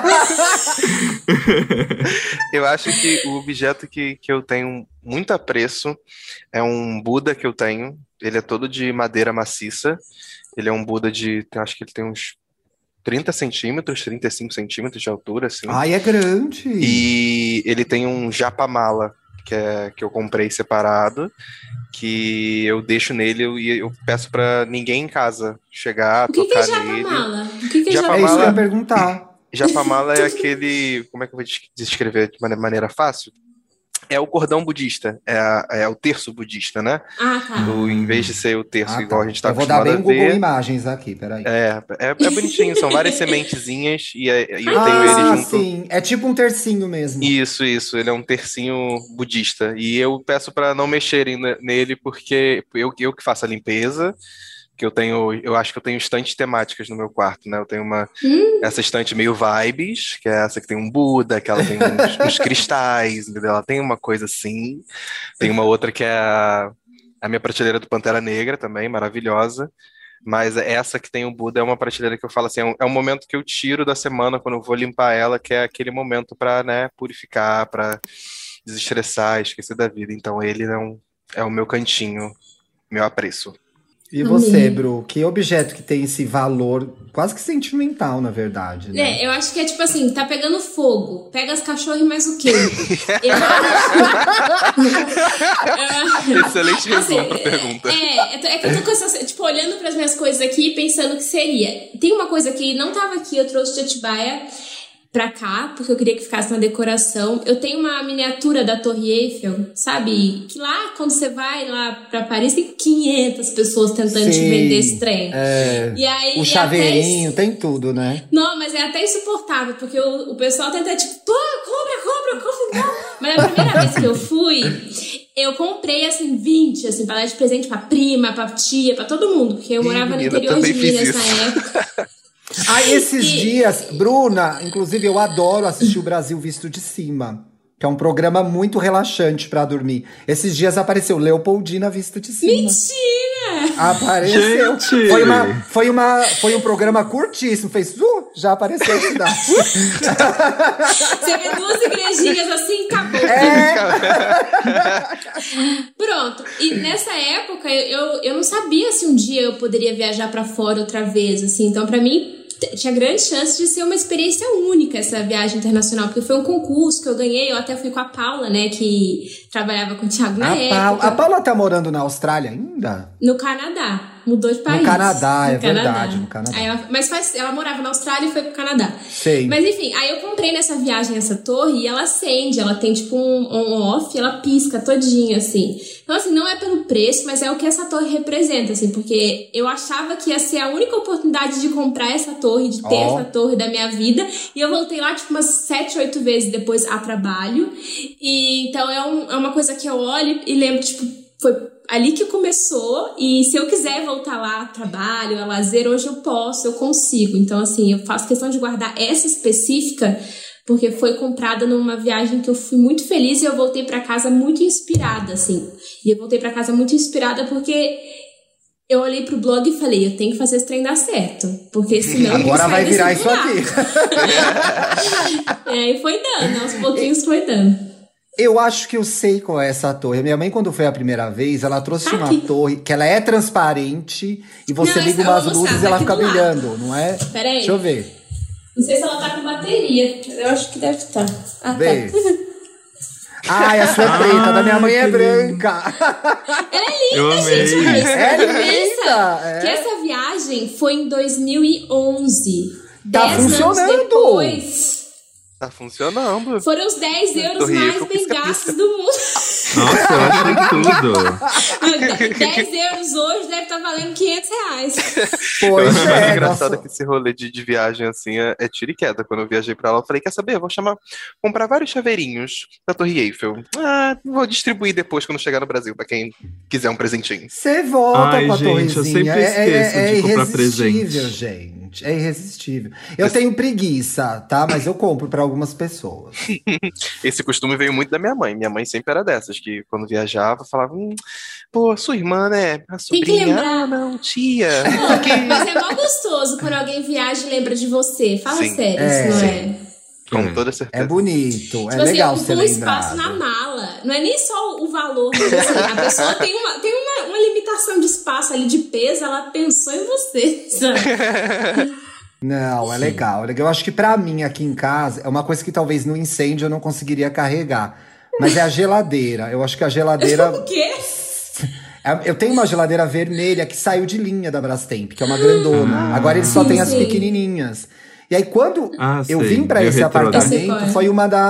Eu acho que o objeto que eu tenho muito apreço é um Buda que eu tenho. Ele é todo de madeira maciça. Ele é um Buda acho que ele tem uns 30 centímetros, 35 centímetros de altura, assim. Ai, é grande. E ele tem um japamala, que eu comprei separado, que eu deixo nele e eu peço pra ninguém em casa chegar, O que é tocar nele. japamala? O que é É isso que eu japamala? ia perguntar. Japamala é aquele, como é que eu vou descrever de maneira fácil? É o cordão budista, é o terço budista, né? Ah, tá. Em vez de ser o terço igual a gente tá Eu vou dar acostumado bem a Google ver. Imagens aqui, peraí. É bonitinho, são várias sementezinhas e eu tenho ele Ah, junto. sim. É tipo um tercinho mesmo. Isso, ele é um tercinho budista. E eu peço para não mexerem nele, porque eu que faço a limpeza, que eu acho que eu tenho estantes temáticas no meu quarto, né? Eu tenho essa estante meio vibes, que é essa que tem um Buda, que ela tem uns cristais, entendeu? Ela tem uma coisa assim. Tem uma outra que é a minha prateleira do Pantera Negra também, maravilhosa. Mas essa que tem o Buda é uma prateleira que eu falo assim, é um momento que eu tiro da semana quando eu vou limpar ela, que é aquele momento para, né, purificar, para desestressar, esquecer da vida. Então ele é o meu cantinho, meu apreço. E você, Bru, que objeto que tem esse valor quase que sentimental, na verdade, né? Eu acho que é tipo assim, tá pegando fogo, pega as cachorras e mais o quê? Excelente resumo pra pergunta. É que eu tô com essa, tipo, olhando pras minhas coisas aqui e pensando o que seria. Tem uma coisa que não tava aqui, eu trouxe de Atibaia pra cá, porque eu queria que ficasse na decoração. Eu tenho uma miniatura da Torre Eiffel, sabe? Que lá, quando você vai lá pra Paris, tem 500 pessoas tentando te vender esse trem. E aí, o chaveirinho, tem tudo, né? Não, mas é até insuportável, porque o pessoal tenta, tipo, compra. Não. Mas a primeira vez que eu fui, eu comprei, assim, 20, assim, pra dar de presente pra prima, pra tia, pra todo mundo. Porque eu morava no interior de Minas na época. Esses dias, Bruna, inclusive eu adoro assistir o Brasil Visto de Cima, que é um programa muito relaxante pra dormir. Esses dias apareceu Leopoldina Visto de Cima. Mentira! Apareceu. Gente! Foi um programa curtíssimo, fez, já apareceu a cidade. Você vê 2 igrejinhas assim, acabou. Pronto. E nessa época, eu não sabia se um dia eu poderia viajar pra fora outra vez, assim. Então, pra mim, tinha grande chance de ser uma experiência única essa viagem internacional, porque foi um concurso que eu ganhei, eu até fui com a Paula, né, que trabalhava com o Thiago na época. A Paula tá morando na Austrália ainda? No Canadá. Mudou de país. No Canadá, é verdade, no Canadá. Aí ela morava na Austrália e foi pro Canadá. Sei. Mas enfim, aí eu comprei nessa viagem essa torre e ela acende, ela tem tipo um on-off, ela pisca todinha, assim. Então assim, não é pelo preço, mas é o que essa torre representa, assim, porque eu achava que ia ser a única oportunidade de comprar essa torre, de ter essa torre da minha vida, e eu voltei lá tipo umas 7, 8 vezes depois a trabalho, e então é uma coisa que eu olho e lembro, tipo, foi ali que começou, e se eu quiser voltar lá a trabalho, a lazer, hoje eu posso, eu consigo. Então, assim, eu faço questão de guardar essa específica, porque foi comprada numa viagem que eu fui muito feliz e eu voltei pra casa muito inspirada, assim. E eu voltei pra casa muito inspirada porque eu olhei pro blog e falei, eu tenho que fazer esse trem dar certo, porque senão agora vai virar isso aqui. E foi dando, aos pouquinhos foi dando. Eu acho que eu sei qual é essa torre. Minha mãe, quando foi a primeira vez, ela trouxe uma torre que ela é transparente e você liga umas luzes e ela fica brilhando, não é? Peraí. Deixa eu ver. Não sei se ela tá com bateria. Eu acho que deve estar. Vê. Ai, a sua é preta, da minha mãe é branca. Ela é Eu linda, amei. gente. Mas É pensa linda, que essa viagem foi em 2011. Tá 10 anos funcionando. depois. Tá funcionando. Foram os 10 euros Torre mais Eiffel, bem pisca-pisca. gastos do mundo. Nossa, eu achei tudo. 10 euros hoje deve estar valendo 500 reais. Eu Pois acho mais é, engraçado nossa. que esse rolê de viagem assim é tiro e queda. Quando eu viajei pra lá, eu falei, quer saber? Eu vou comprar vários chaveirinhos da Torre Eiffel. Vou distribuir depois quando chegar no Brasil, pra quem quiser um presentinho. Você volta Ai, com a gente, torrezinha. eu sempre esqueço de comprar irresistível, gente. É irresistível. Eu tenho preguiça, tá? Mas eu compro pra algumas pessoas. Esse costume veio muito da minha mãe. Minha mãe sempre era dessas, que quando viajava, falava, pô, sua irmã, né? A Tem que sobrinha. lembrar. Ah, não, tia. Mas é mó gostoso quando alguém viaja e lembra de você. Fala Sim. sério, isso não é? Com toda certeza. É bonito, é Tipo assim, legal ocupa ser um espaço lembrado. na mala. Não é nem só o valor, mas assim, a pessoa tem uma limitação de espaço ali, de peso, ela pensou em você, sabe? Não, é legal, é legal. Eu acho que pra mim aqui em casa é uma coisa que talvez no incêndio eu não conseguiria carregar. Mas é a geladeira. Eu acho que a geladeira. O quê? Eu tenho uma geladeira vermelha que saiu de linha da Brastemp, que é uma grandona. Agora ele só Sim, tem as sim. pequenininhas. E aí quando eu sei. vim pra Meio esse retrô, né? Eu sei qual apartamento, é. foi uma da...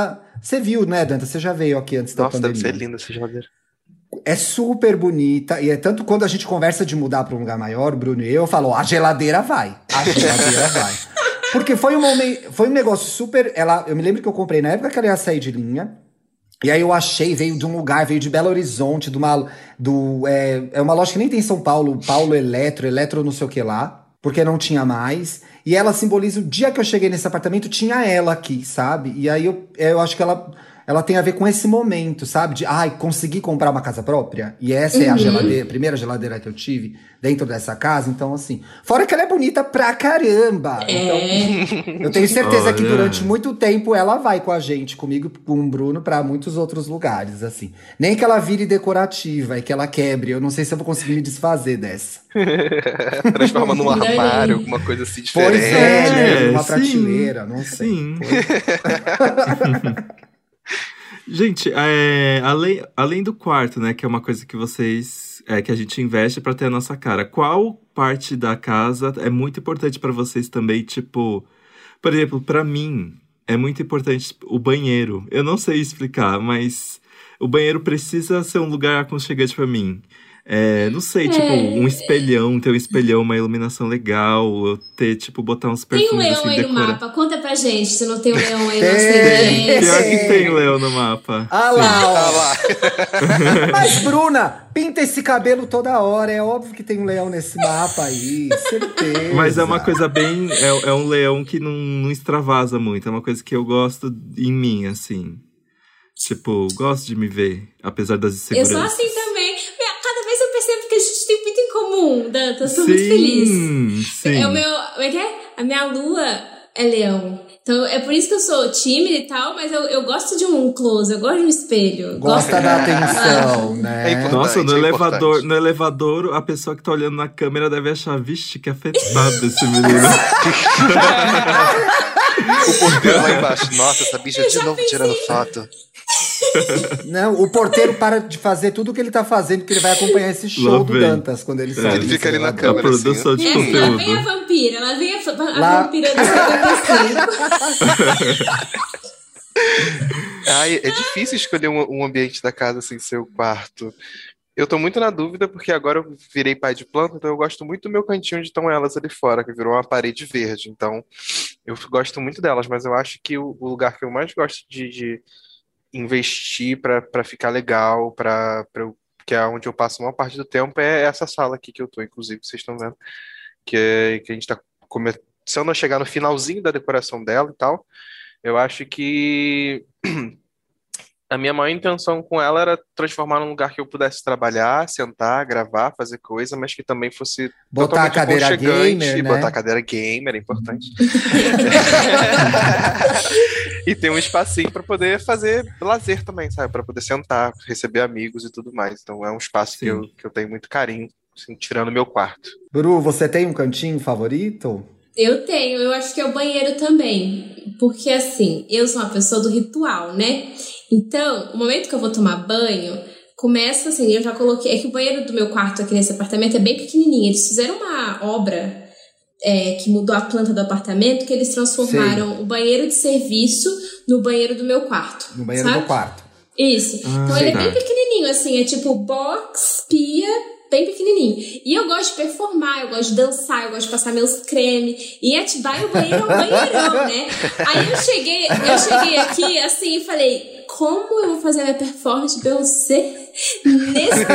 Você viu, né, Danta? Você já veio aqui antes da Nossa, pandemia. deve ser linda essa geladeira. É super bonita, e é tanto quando a gente conversa de mudar para um lugar maior, o Bruno e eu falo, a geladeira vai. Porque foi um negócio super. Eu me lembro que eu comprei na época que ela ia sair de linha. E aí eu achei, veio de um lugar, veio de Belo Horizonte, é uma loja que nem tem em São Paulo, Paulo Eletro não sei o que lá, porque não tinha mais. E ela simboliza o dia que eu cheguei nesse apartamento, tinha ela aqui, sabe? E aí eu acho que ela tem a ver com esse momento, sabe? De, consegui comprar uma casa própria. E essa é a primeira geladeira que eu tive dentro dessa casa. Então, assim, fora que ela é bonita pra caramba. Então, eu tenho certeza que durante muito tempo ela vai com a gente, comigo, com o Bruno, pra muitos outros lugares, assim. Nem que ela vire decorativa e que ela quebre. Eu não sei se eu vou conseguir me desfazer dessa. Transforma num armário, alguma coisa assim diferente. Pois né? Numa prateleira, não sei. Sim. Gente, além do quarto, né, que é uma coisa que que a gente investe pra ter a nossa cara, qual parte da casa é muito importante pra vocês também? Tipo, por exemplo, pra mim, é muito importante o banheiro. Eu não sei explicar, mas o banheiro precisa ser um lugar aconchegante pra mim. Não sei, tipo, um espelhão, ter um espelhão, uma iluminação legal, eu ter, tipo, botar uns perfumes Tem um leão assim, aí no decorar. mapa, conta pra gente se não tem um leão aí no acidente. Pior que tem leão no mapa. Ah lá. Mas, Bruna, pinta esse cabelo toda hora. É óbvio que tem um leão nesse mapa aí, certeza. Mas é uma coisa bem... É um leão que não extravasa muito. É uma coisa que eu gosto em mim, assim. Tipo, gosto de me ver, apesar das inseguranças. Eu sou assim também. Cada vez eu percebo que a gente tem muito em comum, Dantas. Eu sou muito feliz. Sim. A minha lua é leão. Então, é por isso que eu sou tímida e tal, mas eu gosto de um close, eu gosto de um espelho. Gosta da atenção, né? É importante. Nossa, no importante. elevador, a pessoa que tá olhando na câmera deve achar, vixe, que afetado esse menino. O porteiro lá embaixo. Nossa, essa bicha de novo tirando foto. Não, o porteiro para de fazer tudo o que ele tá fazendo, porque ele vai acompanhar esse show do Dantas quando ele sai. Ele fica ali na A câmera. produção de Lá conteúdo. vem a vampira, lá vem a vampira do 75. É difícil escolher um ambiente da casa sem ser o quarto. Eu tô muito na dúvida, porque agora eu virei pai de planta, então eu gosto muito do meu cantinho onde estão elas ali fora, que virou uma parede verde. Então, eu gosto muito delas, mas eu acho que o lugar que eu mais gosto de investir para ficar legal, que é onde eu passo a maior parte do tempo, é essa sala aqui que eu tô, inclusive, que vocês estão vendo, que a gente tá começando a chegar no finalzinho da decoração dela e tal. Eu acho que a minha maior intenção com ela era transformar num lugar que eu pudesse trabalhar, sentar, gravar, fazer coisa, mas que também fosse Botar a totalmente cadeira aconchegante, gamer, né? botar a cadeira gamer, é importante. E ter um espacinho para poder fazer lazer também, sabe? Para poder sentar, receber amigos e tudo mais. Então é um espaço que eu tenho muito carinho, assim, tirando meu quarto. Bru, você tem um cantinho favorito? Eu tenho, eu acho que é o banheiro também. Porque assim, eu sou uma pessoa do ritual, né? Então, o momento que eu vou tomar banho, começa assim, eu já coloquei. É que o banheiro do meu quarto aqui nesse apartamento é bem pequenininho. Eles fizeram uma obra que mudou a planta do apartamento, que eles transformaram o banheiro de serviço no banheiro do meu quarto. No banheiro sabe? do quarto. Isso. Então ele é bem pequenininho, assim, é tipo box, pia, bem pequenininho. E eu gosto de performar, eu gosto de dançar, eu gosto de passar meus cremes. E Atibaia, o banheiro é um banheirão, né? Aí eu cheguei aqui, assim, e falei, como eu vou fazer a minha performance pra eu ser nesse...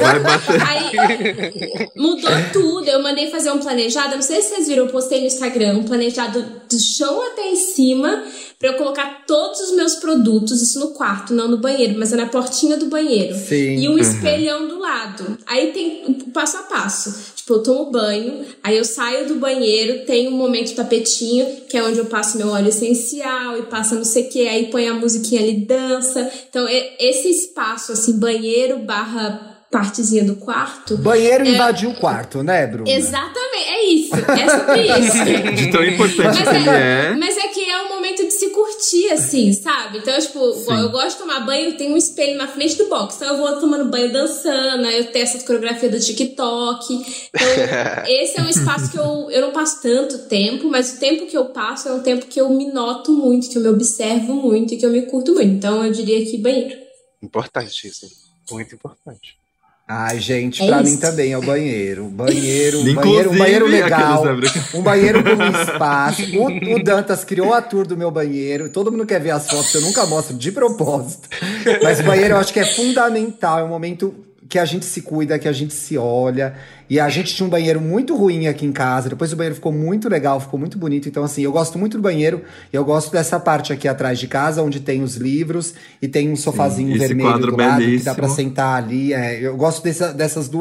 Aí mudou tudo, eu mandei fazer um planejado, não sei se vocês viram, eu postei no Instagram, um planejado do chão até em cima, pra eu colocar todos os meus produtos, isso no quarto, não no banheiro, mas é na portinha do banheiro. Sim. E um espelhão do lado. Aí tem o passo a passo. Tipo, eu tomo banho, aí eu saio do banheiro, tem um momento tapetinho, que é onde eu passo meu óleo essencial e passa não sei o que, aí põe a musiquinha ali, dança. Então, esse espaço, assim, banheiro / partezinha do quarto. Banheiro invadiu o quarto, né, Bruna? Exatamente, é isso. É sobre isso. De tão importante que ele é. Mas é que é um momento de se curtir, assim, sabe? Então, tipo, eu gosto de tomar banho, tem um espelho na frente do box. Então eu vou tomando banho dançando, aí eu testo a coreografia do TikTok. Então, esse é um espaço que eu não passo tanto tempo, mas o tempo que eu passo é um tempo que eu me noto muito, que eu me observo muito e que eu me curto muito. Então eu diria que banheiro. Importantíssimo. Muito importante. Ai, gente, pra mim também é o banheiro. Um banheiro legal. Um banheiro com um espaço. O Dantas criou a tour do meu banheiro. Todo mundo quer ver as fotos, eu nunca mostro de propósito. Mas o banheiro eu acho que é fundamental. É um momento que a gente se cuida, que a gente se olha. E a gente tinha um banheiro muito ruim aqui em casa. Depois o banheiro ficou muito legal, ficou muito bonito. Então, assim, eu gosto muito do banheiro. Eu gosto dessa parte aqui atrás de casa, onde tem os livros. E tem um sofazinho vermelho do lado, belíssimo, que dá pra sentar ali. Eu gosto desses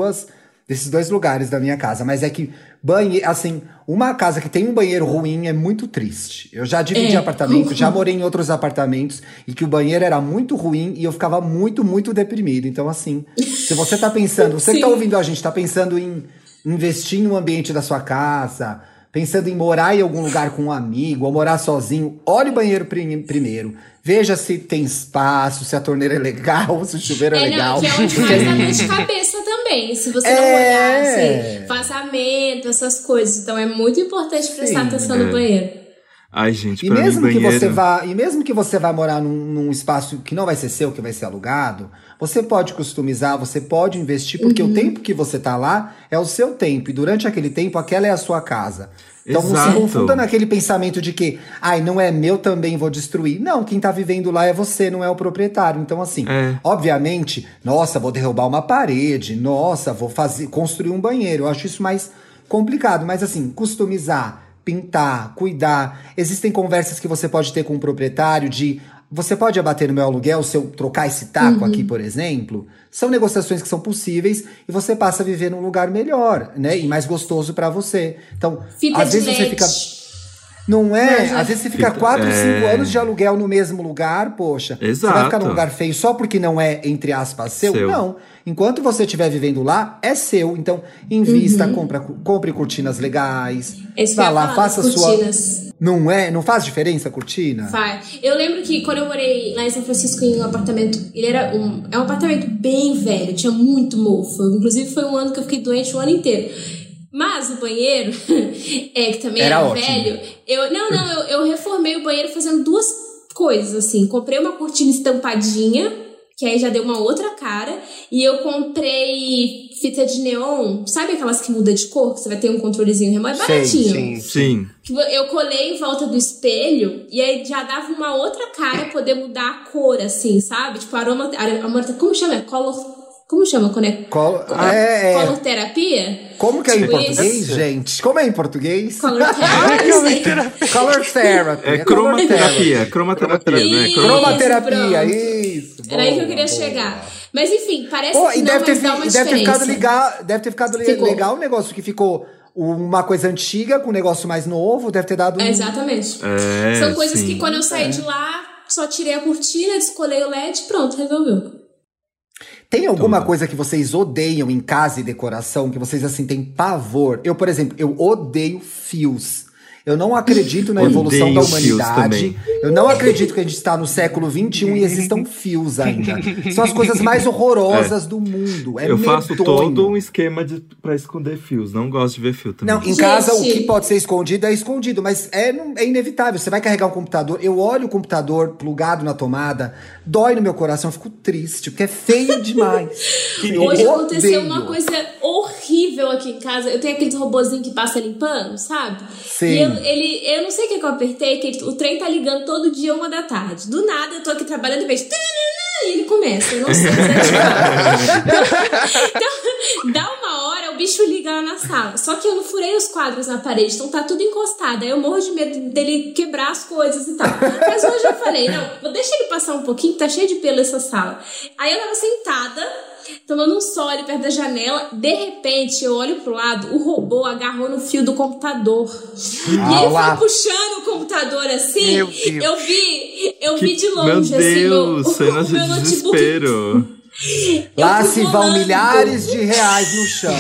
dois lugares da minha casa. Mas é que, assim, uma casa que tem um banheiro ruim é muito triste. Eu já dividi apartamento, já morei em outros apartamentos. E que o banheiro era muito ruim e eu ficava muito, muito deprimido. Então, assim, se você tá pensando... Você que tá ouvindo a gente, tá pensando em investir no ambiente da sua casa... Pensando em morar em algum lugar com um amigo ou morar sozinho, olhe o banheiro primeiro. Veja se tem espaço, se a torneira é legal, se o chuveiro é legal. Não, que é onde faz a dor de cabeça também. Se você não olhar, assim, vazamento, essas coisas. Então é muito importante prestar atenção no banheiro. Ai, gente, e mesmo mim, banheiro... mesmo que você vá morar num espaço que não vai ser seu, que vai ser alugado, você pode customizar, você pode investir, porque o tempo que você tá lá é o seu tempo. E durante aquele tempo, aquela é a sua casa. Então não se confunda naquele pensamento de que, não é meu, também vou destruir. Não, quem tá vivendo lá é você, não é o proprietário. Então, assim, obviamente, nossa, vou derrubar uma parede, nossa, vou construir um banheiro. Eu acho isso mais complicado. Mas, assim, customizar, pintar, cuidar. Existem conversas que você pode ter com o proprietário de... Você pode abater no meu aluguel se eu trocar esse taco aqui, por exemplo? São negociações que são possíveis e você passa a viver num lugar melhor, né? E mais gostoso pra você. Então, às vezes você fica... Não é? Às vezes você fica 4, 5 anos de aluguel no mesmo lugar, poxa. Exato. Você vai ficar num lugar feio só porque não é, entre aspas, seu? Não. Enquanto você estiver vivendo lá, é seu. Então, invista, compre cortinas legais. Vá lá, faça sua... Não é? Não faz diferença a cortina? Faz. Eu lembro que quando eu morei lá em São Francisco em um apartamento, ele era um apartamento bem velho, tinha muito mofo. Inclusive foi um ano que eu fiquei doente o ano inteiro. Mas o banheiro, que também era velho, eu reformei o banheiro fazendo duas coisas, assim. Comprei uma cortina estampadinha, que aí já deu uma outra cara, e eu comprei fita de neon, sabe aquelas que muda de cor, que você vai ter um controlezinho remoto? É baratinho. Sim. Eu colei em volta do espelho, e aí já dava uma outra cara poder mudar a cor, assim, sabe? Tipo, como chama? Como chama quando é? Color terapia? Como que é em português, gente? Como é em português? Color therapy. Color therapy. É cromaterapia, né? Cromaterapia, isso. Era aí que eu queria chegar. Mas enfim, parece que não, mas dá uma diferença. Deve ter ficado legal o negócio que ficou... Uma coisa antiga com um negócio mais novo, deve ter dado... Exatamente. São coisas que quando eu saí de lá, só tirei a cortina, descolei o LED, pronto, resolveu. Tem alguma coisa que vocês odeiam em casa e decoração, que vocês, assim, têm pavor? Eu, por exemplo, eu odeio fios. Eu não acredito na evolução da humanidade. Eu não acredito que a gente está no século XXI e existam fios ainda. São as coisas mais horrorosas do mundo. Eu faço todo um esquema pra esconder fios. Não gosto de ver fio também. Não, em casa o que pode ser escondido é escondido. Mas é inevitável. Você vai carregar um computador. Eu olho o computador plugado na tomada. Dói no meu coração. Eu fico triste. Porque é feio demais. Hoje aconteceu uma coisa horrível aqui em casa. Eu tenho aqueles robozinhos que passa limpando, sabe? Sim. E eu não sei o que eu apertei, que o trem tá ligando todo dia 1 da tarde. Do nada eu tô aqui trabalhando e vejo... E ele começa, eu não sei então, dá uma hora, o bicho liga lá na sala. Só que eu não furei os quadros na parede, então tá tudo encostado. Aí eu morro de medo dele quebrar as coisas e tal. Mas hoje eu falei, não, deixa ele passar um pouquinho, tá cheio de pelo essa sala. Aí eu tava sentada, tomando um sol ali perto da janela. De repente, eu olho pro lado, o robô agarrou no fio do computador. E ele foi puxando o computador assim. Eu vi de longe, meu Deus, assim, cenas de desespero. Lá fui se vão rolando. milhares de reais no chão.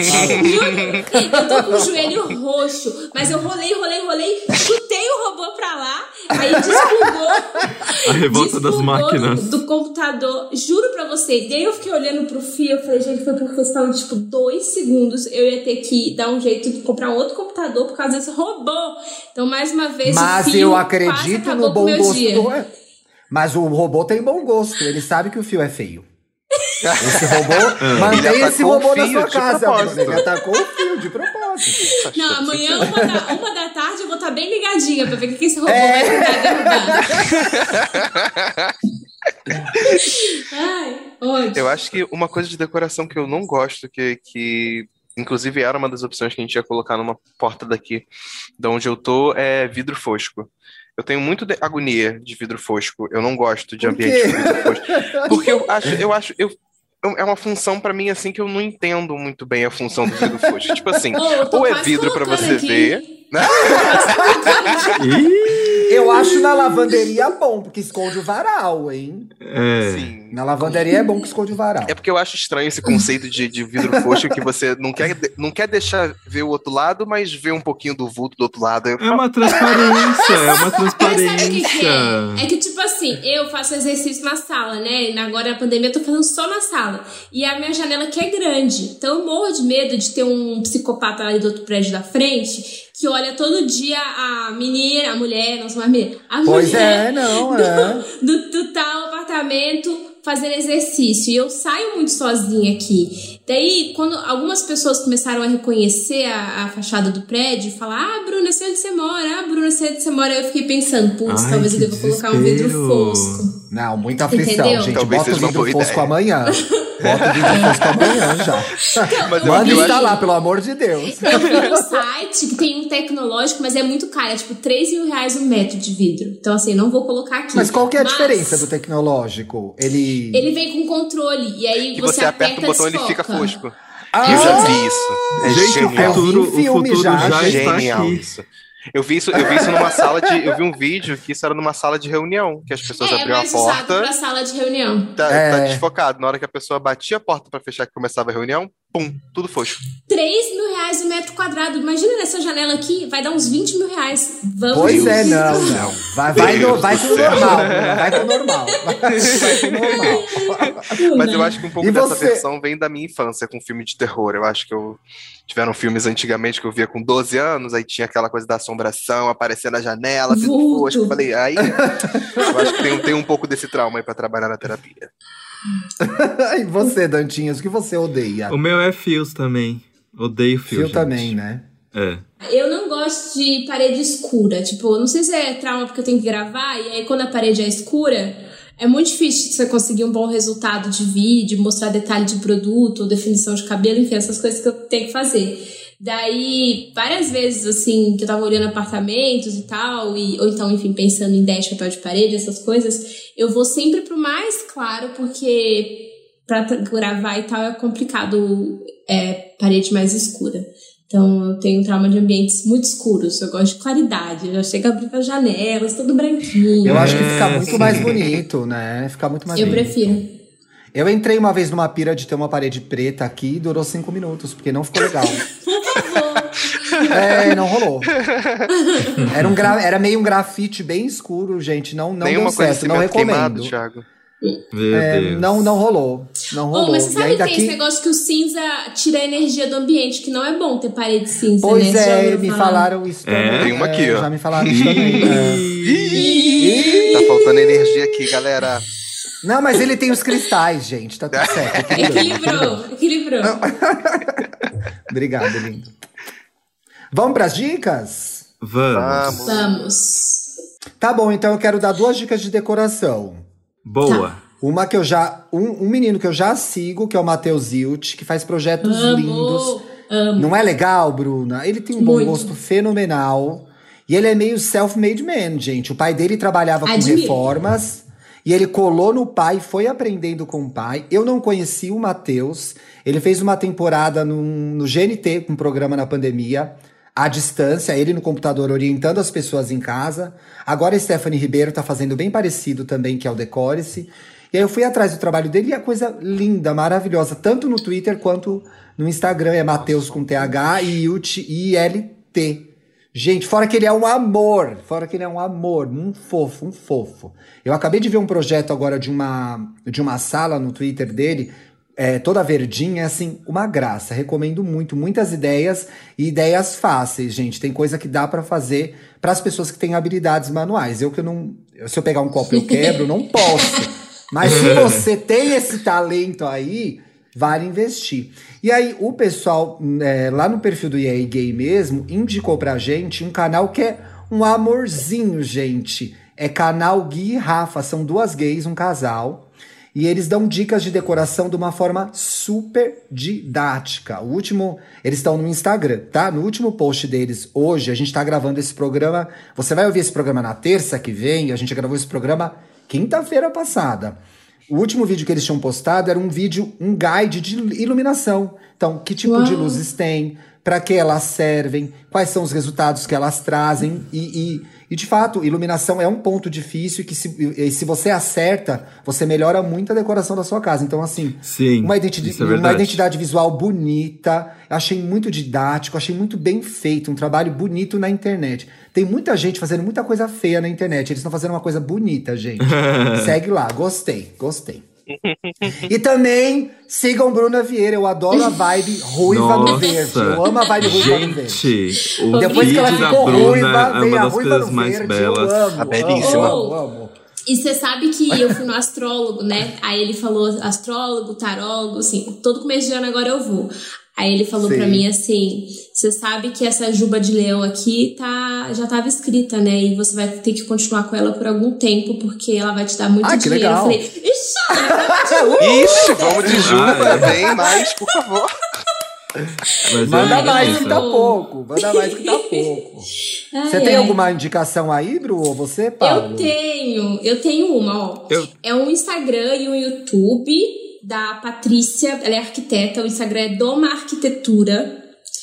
Eu tô com o joelho roxo, mas eu rolei, chutei o robô pra lá, aí desplugou. A revolta das máquinas. Do computador, juro pra você. Daí eu fiquei olhando pro fio, eu falei, gente, foi por questão de, 2 segundos, eu ia ter que dar um jeito de comprar outro computador por causa desse robô. Então, mais uma vez, Mas o fio eu quase acredito acabou no com o bom meu gosto. dia. Mas o robô tem bom gosto. Ele sabe que o fio é feio. Esse robô, mantém Ele esse atacou robô o na fio sua de casa. propósito. Ele atacou o fio de propósito. Não, amanhã, 1 da tarde, eu vou estar bem ligadinha pra ver o que esse robô vai tentar derrubar. Ai, ódio. Eu acho que uma coisa de decoração que eu não gosto, que inclusive era uma das opções que a gente ia colocar numa porta daqui, de onde eu tô, é vidro fosco. Eu tenho muito agonia de vidro fosco. Eu não gosto de Por ambiente quê? com vidro fosco. Porque é uma função pra mim assim que eu não entendo muito bem a função do vidro fosco. Tipo assim, Eu tô ou é quase vidro pra colocando você aqui. ver. Eu acho na lavanderia bom, porque esconde o varal, hein? Sim. Na lavanderia é bom que esconde o varal. É porque eu acho estranho esse conceito de vidro fosco que você não quer deixar ver o outro lado, mas vê um pouquinho do vulto do outro lado. É uma transparência, é uma Mas sabe o transparência. que é? É que, tipo assim, eu faço exercício na sala, né? E agora na pandemia eu tô fazendo só na sala. E a minha janela aqui é grande. Então eu morro de medo de ter um psicopata ali do outro prédio da frente que olha todo dia a menina, a mulher, não sou mais menina, a Pois mulher é, não, é. do tal apartamento fazendo exercício. E eu saio muito sozinha aqui. Daí, quando algumas pessoas começaram a reconhecer a fachada do prédio, falar, Bruna, sei onde você mora, Bruna, sei onde você mora, eu fiquei pensando, putz, Ai, talvez eu que deva colocar um vidro desespero. fosco. Não, muita aflição, Entendeu? gente. Talvez Bota o seja uma vidro boa fosco ideia. amanhã. Bota o vidro fosco amanhã já. Mas Manda eu instalar, acho- pelo amor de Deus. Eu vi um site que tem um tecnológico, mas é muito caro. É tipo R$3.000 um metro de vidro. Então, assim, não vou colocar aqui. Mas qual que é a Mas diferença do tecnológico? Ele vem com controle. E aí Que você aperta o botão e ele desfoca. fica fosco. Ah! Eu já vi isso. É Gente, genial. o filme futuro já, já está Genial aqui. isso. Eu vi isso numa sala de. Eu vi um vídeo que isso era numa sala de reunião, que as pessoas É abriam a mais usado porta, pra sala de reunião. tá É. desfocado. Na hora que a pessoa batia a porta pra fechar que começava a reunião, pum, tudo fosco. R$3.000 um metro quadrado. Imagina nessa janela aqui, vai dar uns R$20.000. Vamos. Pois é, Deus não, do não. céu. Vai Deus com do o céu. normal, Bruna, vai com o normal. Vai com o normal. Mas eu acho que um pouco E dessa você? versão vem da minha infância com filme de terror. Eu acho que tiveram filmes antigamente que eu via com 12 anos, aí tinha aquela coisa da assombração, aparecer na janela, vidro Vulto. fosco. Eu falei, aí eu acho que tem um pouco desse trauma aí pra trabalhar na terapia. E você, Dantinhas, o que você odeia? O meu é fios também. Odeio fio, Fio gente. também, né? É. Eu não gosto de parede escura. Tipo, eu não sei se é trauma porque eu tenho que gravar, e aí quando a parede é escura, é muito difícil você conseguir um bom resultado de vídeo, mostrar detalhe de produto, ou definição de cabelo, enfim, essas coisas que eu tenho que fazer. Daí, várias vezes, assim, que eu tava olhando apartamentos e tal, ou então, enfim, pensando em 10 papel de parede, essas coisas, eu vou sempre pro mais claro, porque pra gravar e tal é complicado parede mais escura. Então, eu tenho trauma de ambientes muito escuros. Eu gosto de claridade. Eu já chego a abrir as janelas, tudo branquinho. Eu acho que fica muito sim. mais bonito, né? Fica muito mais Eu bonito. prefiro. Eu entrei uma vez numa pira de ter uma parede preta aqui e durou 5 minutos, porque não ficou legal. Não rolou. Era meio um grafite bem escuro, gente. Não deu Nenhuma coisa de certo, não cimento queimado, recomendo. Thiago. Meu Deus. Não rolou. Não rolou. Mas você E sabe aí que tem esse negócio que o cinza tira a energia do ambiente, que não é bom ter parede cinza, Pois né? Você já é, ouviu me falar? falaram isso também. Tem uma aqui, ó. Já me falaram isso também. Tá faltando energia aqui, galera. Não, mas ele tem os cristais, gente. Tá tudo certo. Equilibrou. Obrigado, lindo. Vamos pras dicas? Vamos. Vamos. Tá bom, então eu quero dar 2 dicas de decoração. Boa. Uma que eu já... Um menino que eu já sigo, que é o Matheus Hilt, que faz projetos lindos. Amo. Não é legal, Bruna? Ele tem um bom Muito. gosto fenomenal. E ele é meio self-made man, gente. O pai dele trabalhava com Admiro. reformas. E ele colou no pai, foi aprendendo com o pai. Eu não conheci o Matheus. Ele fez uma temporada no GNT, um programa na pandemia, à distância, ele no computador orientando as pessoas em casa. Agora a Stephanie Ribeiro tá fazendo bem parecido também, que é o Decore-se. E aí eu fui atrás do trabalho dele e a coisa linda, maravilhosa, tanto no Twitter quanto no Instagram. É Matheus com TH e ILT. Gente, fora que ele é um amor, um fofo. Eu acabei de ver um projeto agora de uma sala no Twitter dele, toda verdinha, assim, uma graça. Recomendo muito, muitas ideias e ideias fáceis, gente. Tem coisa que dá pra fazer para as pessoas que têm habilidades manuais. Se eu pegar um copo eu quebro, não posso. Mas se você tem esse talento aí, vale investir. E aí, o pessoal, lá no perfil do EA Gay mesmo, indicou pra gente um canal que é um amorzinho, gente. É canal Gui e Rafa, são duas gays, um casal. E eles dão dicas de decoração de uma forma super didática. Eles estão no Instagram, tá? No último post deles, hoje, a gente tá gravando esse programa. Você vai ouvir esse programa na terça que vem, a gente gravou esse programa quinta-feira passada. O último vídeo que eles tinham postado era um guide de iluminação. Então, que tipo de luzes tem, para que elas servem, quais são os resultados que elas trazem. E de fato, iluminação é um ponto difícil que se você acerta, você melhora muito a decoração da sua casa. Então, assim, sim, uma identidade visual bonita, achei muito didático, achei muito bem feito, um trabalho bonito na internet. Tem muita gente fazendo muita coisa feia na internet, eles estão fazendo uma coisa bonita, gente. Segue lá, gostei. E também sigam Bruna Vieira, eu adoro a vibe ruiva no verde. Eu amo a vibe ruiva no verde. O Depois que ela vídeo da ficou Bruna ruiva, é vem uma a das ruiva coisas no mais verde, belas. eu amo. Belíssima. Amo. E você sabe que eu fui no astrólogo, né? Aí ele falou astrólogo, tarólogo, assim, todo começo de ano agora eu vou. Aí ele falou pra mim assim, você sabe que essa juba de leão aqui já estava escrita, né? E você vai ter que continuar com ela por algum tempo, porque ela vai te dar muito dinheiro. Legal. Eu falei, Ixi, vamos de juba, vem mais, por favor. Manda mais que tá pouco. Você tem alguma indicação aí, Bru? Ou você, Paulo? Eu tenho uma, ó. É um Instagram e um YouTube da Patrícia, ela é arquiteta, o Instagram é Doma Arquitetura.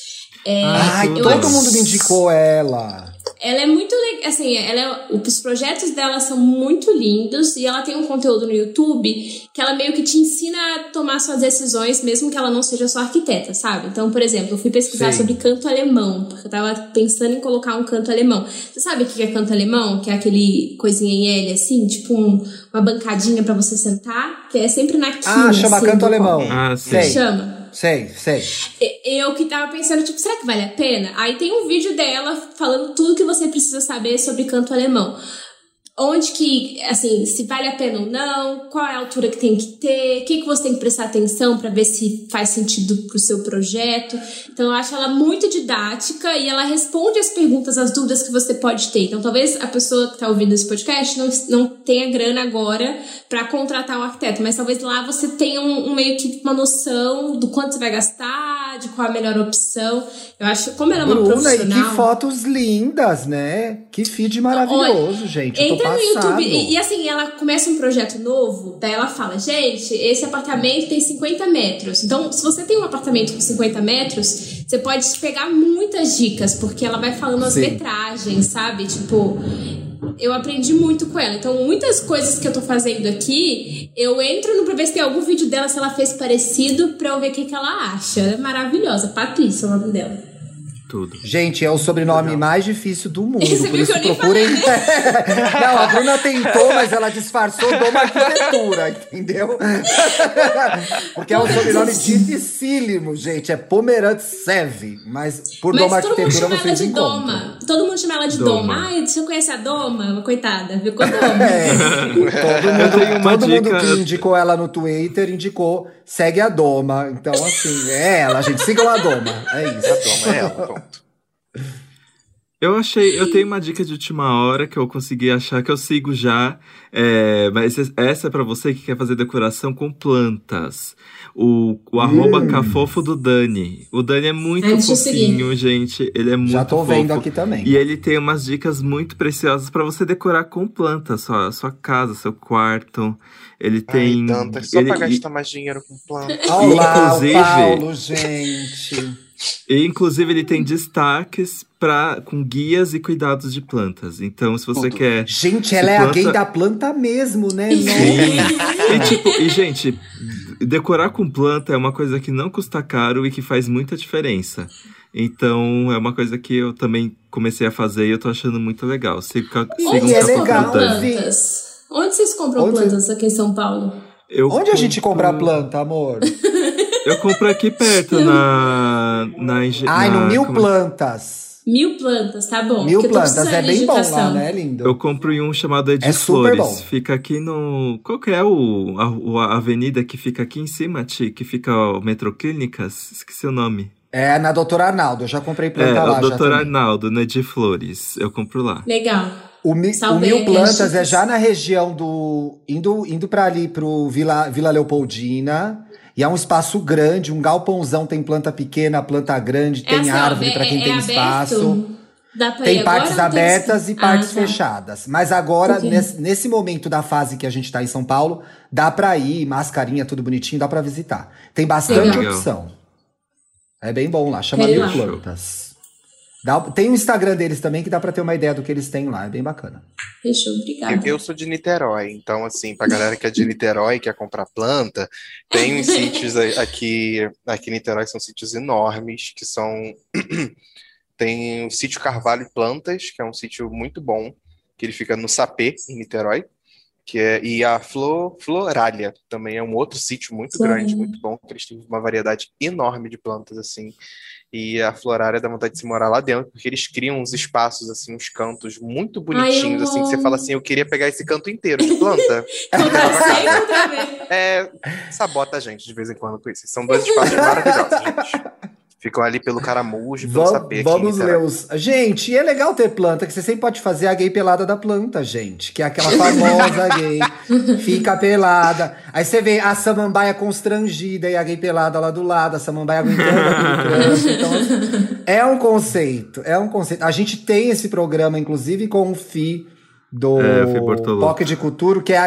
Todo mundo me indicou ela. Ela é muito legal, assim, os projetos dela são muito lindos e ela tem um conteúdo no YouTube que ela meio que te ensina a tomar suas decisões, mesmo que ela não seja só arquiteta, sabe? Então, por exemplo, eu fui pesquisar sobre canto alemão, porque eu tava pensando em colocar um canto alemão. Você sabe o que é canto alemão? Que é aquele coisinha em L, assim, tipo uma bancadinha pra você sentar, que é sempre na quina. Chama assim, canto alemão. Sei. Chama. Sei. Eu que tava pensando, tipo, será que vale a pena? Aí tem um vídeo dela falando tudo que você precisa saber sobre canto alemão. Onde que, assim, se vale a pena ou não, qual é a altura que tem que ter, o que você tem que prestar atenção pra ver se faz sentido pro seu projeto. Então eu acho ela muito didática e ela responde as perguntas, as dúvidas que você pode ter. Então talvez a pessoa que tá ouvindo esse podcast não tenha grana agora pra contratar um arquiteto, mas talvez lá você tenha meio que uma noção do quanto você vai gastar, de qual a melhor opção. Eu acho, como ela é uma profissional... E que fotos lindas, né? Que feed maravilhoso. Olha, gente. Entra no YouTube e assim, ela começa um projeto novo, daí ela fala, gente, esse apartamento tem 50 metros. Então, se você tem um apartamento com 50 metros, você pode pegar muitas dicas, porque ela vai falando as metragens, sabe? Tipo, eu aprendi muito com ela. Então, muitas coisas que eu tô fazendo aqui, eu entro pra ver se tem algum vídeo dela, se ela fez parecido, pra eu ver o que ela acha. Ela é maravilhosa. Patrícia é o nome dela. Tudo. Gente, é o sobrenome mais difícil do mundo. Você por viu isso que eu nem procurem. Não, a Bruna tentou, mas ela disfarçou Doma Arquitetura, entendeu? Porque é um sobrenome dificílimo, gente. É Pomerantsev. Mas por Doma Arquitetura vocês encontram. Todo mundo chama ela de Doma. Ai, você conhece a Doma? Coitada, ficou Doma. Todo mundo que indicou ela no Twitter indicou segue a Doma. Então, assim, é ela, gente. Sigam a Doma. É isso. A Doma é ela, pronto. Eu tenho uma dica de última hora que eu consegui achar, que eu sigo já. Mas essa é pra você que quer fazer decoração com plantas. O @ cafofo do Dani. O Dani é muito fofinho, gente. Ele é muito fofo. Já tô vendo aqui também. E ele tem umas dicas muito preciosas pra você decorar com plantas. Sua casa, seu quarto. Ele tem... Só pra gastar mais dinheiro com planta. Olá, inclusive, o Paulo, gente. E, inclusive, ele tem destaques com guias e cuidados de plantas. Então, se você quer… Gente, ela é a gay da planta mesmo, né? E, gente, decorar com planta é uma coisa que não custa caro e que faz muita diferença. Então, é uma coisa que eu também comecei a fazer e eu tô achando muito legal. Onde é legal, plantas? Onde vocês compram plantas aqui em São Paulo? Onde a gente compra planta, amor? Eu compro aqui perto, Ai, no Mil Plantas. 1000 plantas, tá bom. 1000 plantas, é bem bom lá, né, lindo? Eu compro em um chamado Ed Flores. Bom. Fica aqui no… Qual que é a avenida que fica aqui em cima, Ti? Que fica o Metroclínicas? Esqueci o nome. É, na Doutor Arnaldo. Eu já comprei planta lá. É, o Doutor Arnaldo, no Ed Flores. Eu compro lá. Legal. O 1000 plantas é já na região do… Indo pra ali, pro Vila Leopoldina… E é um espaço grande, um galpãozão, tem planta pequena, planta grande, tem árvore para quem tem espaço. Tem partes abertas e partes fechadas. Mas agora, nesse momento da fase que a gente tá em São Paulo, dá pra ir, mascarinha, tudo bonitinho, dá pra visitar. Tem bastante opção. É bem bom lá, chama 1000 Plantas. Tem o Instagram deles também, que dá pra ter uma ideia do que eles têm lá, é bem bacana. Fechou, obrigada. Eu sou de Niterói, então assim, pra galera que é de Niterói, quer comprar planta, tem uns sítios aqui em Niterói, são sítios enormes, que são… Tem o sítio Carvalho Plantas, que é um sítio muito bom, que ele fica no Sapê, em Niterói, e a Florália também é um outro sítio muito grande, muito bom, que eles têm uma variedade enorme de plantas, assim. E a Florária dá vontade de se morar lá dentro, porque eles criam uns espaços, assim, uns cantos muito bonitinhos, assim, que você fala assim, eu queria pegar esse canto inteiro de planta. Sabota a gente de vez em quando com isso. São dois espaços maravilhosos, gente. Ficam ali pelo Caramujo, pelo Sapê. Vamos ler os… Gente, e é legal ter planta, que você sempre pode fazer a gay pelada da planta, gente. Que é aquela famosa gay. Fica pelada. Aí você vê a samambaia constrangida e a gay pelada lá do lado. A samambaia aguentando aquele trânsito. Então, é um conceito. A gente tem esse programa, inclusive, com o Fi do POC de Cultura, que é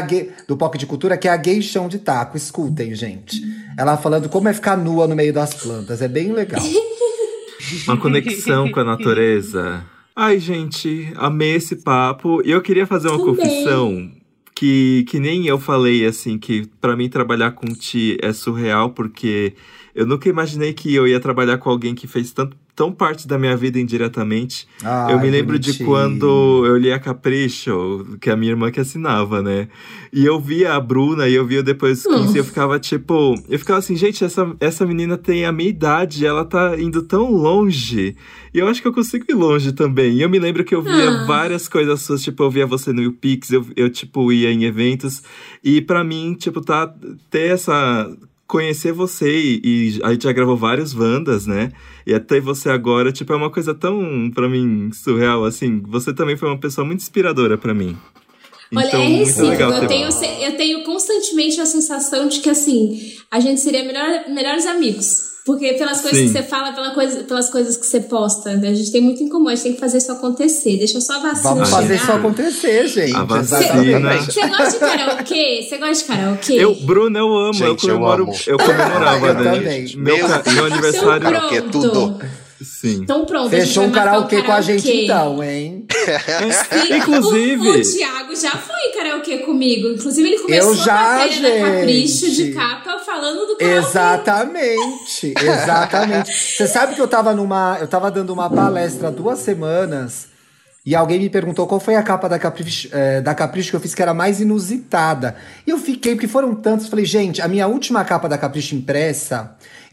a gay chão de taco. Escutem, gente. Ela falando como é ficar nua no meio das plantas. É bem legal. Uma conexão com a natureza. Ai, gente, amei esse papo. E eu queria fazer uma confissão que nem eu falei, assim, que pra mim trabalhar com Ti é surreal, porque eu nunca imaginei que eu ia trabalhar com alguém que fez tão parte da minha vida indiretamente. Eu me lembro de quando eu li a Capricho, que a minha irmã que assinava, né? E eu via a Bruna e eu via depois 15 e eu ficava assim, gente, essa menina tem a minha idade, ela tá indo tão longe. E eu acho que eu consigo ir longe também. E eu me lembro que eu via várias coisas suas, tipo, eu via você no YouPix, eu ia em eventos. E pra mim, ter essa… Conhecer você e a gente já gravou vários Wandas, né? E até você agora, é uma coisa tão, pra mim, surreal, assim. Você também foi uma pessoa muito inspiradora pra mim. Olha, então, é recíproco. Eu tenho constantemente a sensação de que, assim, a gente seria melhores amigos. Porque pelas coisas que você fala, pelas coisas que você posta, né? A gente tem muito em comum, a gente tem que fazer isso acontecer. Deixa só a vacina Vamos fazer isso acontecer, gente. A vacina. Você gosta de karaokê? Bruna, eu amo. Gente, eu comemorava, né? Meu aniversário. Karaokê, tudo. Sim. Então pronto. Fechou um karaokê com a gente então, hein? Inclusive… O Thiago já foi em karaokê comigo. Inclusive, ele começou a matéria da Capricho de capa falando do karaokê. Exatamente. Você sabe que eu tava dando uma palestra há 2 semanas e alguém me perguntou qual foi a capa da Capricho que eu fiz que era mais inusitada. E eu fiquei, porque foram tantos, falei, gente, a minha última capa da Capricho impressa,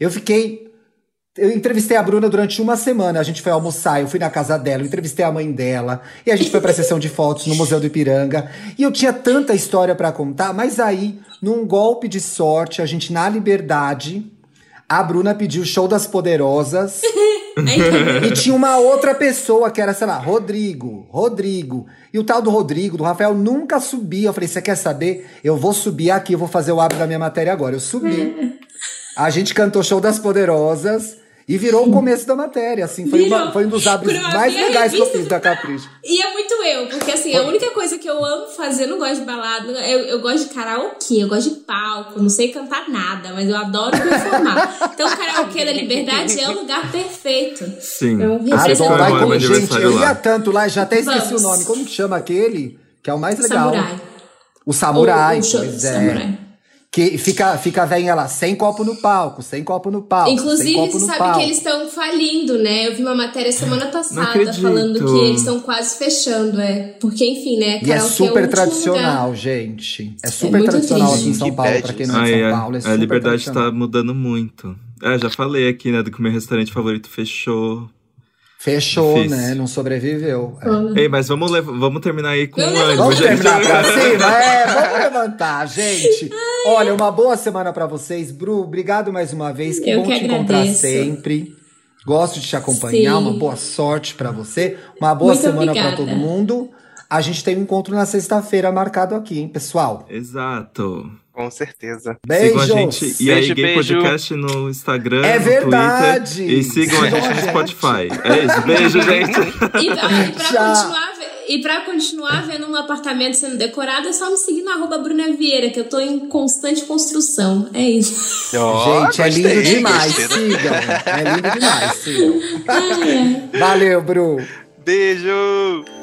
eu entrevistei a Bruna durante 1 semana. A gente foi almoçar, eu fui na casa dela, eu entrevistei a mãe dela. E a gente foi pra sessão de fotos no Museu do Ipiranga. E eu tinha tanta história pra contar, mas aí, num golpe de sorte, a gente na Liberdade, a Bruna pediu o Show das Poderosas. E tinha uma outra pessoa que era, sei lá, Rodrigo. E o tal do Rodrigo, do Rafael, nunca subia. Eu falei, você quer saber? Eu vou subir aqui, eu vou fazer o abro da minha matéria agora. Eu subi. A gente cantou Show das Poderosas. E virou o começo da matéria, assim. Foi um dos abres mais legais que eu fiz da Capricho. E é muito eu, porque assim, a única coisa que eu amo fazer, eu não gosto de balada, eu gosto de karaokê, eu gosto de palco, não sei cantar nada, mas eu adoro performar. Então o karaokê da Liberdade é o lugar perfeito. Sim. Eu Então represento vai meu com gente, aniversário eu lá. ia tanto lá, já até esqueci Vamos. o nome. Como que chama aquele? Que é o mais legal. Samurai. O Samurai, O show pois do é. Samurai. Que fica a velhinha lá, sem copo no palco, sem copo no palco, sem Inclusive, copo você no sabe palco. que eles estão falindo, né? Eu vi uma matéria semana passada acredito. falando que eles estão quase fechando, Porque, enfim, né? E é karaokê o super último tradicional, lugar. gente. É super muito tradicional triste. aqui em São Que Paulo, bad pra quem não é de Ai, São Paulo. É a super Liberdade tradicional. tá mudando muito. Já falei aqui, né, do que o meu restaurante favorito fechou. Fechou, Difícil. né? Não sobreviveu. Ei, mas vamos terminar aí com Vamos ânimo, Vamos gente. terminar pra cima? Vamos levantar, gente. Olha, uma boa semana pra vocês. Bru, obrigado mais uma vez. Que Eu bom que te encontrar agradeço. sempre. Gosto de te acompanhar. Sim. Uma boa sorte pra você. Uma boa Muito semana pra obrigada. todo mundo. A gente tem um encontro na sexta-feira marcado aqui, hein, pessoal? Exato. Com certeza. Beijos. Sigam a gente e aí Beijo, Gay beijo. Podcast no Instagram, É no verdade. Twitter. E sigam a Sigam gente a no gente. Spotify. É isso. Beijo, gente. E pra continuar vendo um apartamento sendo decorado, é só me seguir no @Bruna Vieira, que eu tô em constante construção. É isso. Gente, é lindo gostei, demais. gostei. Sigam. É lindo demais. Sigam. Ai, ai. Valeu, Bru. Beijo!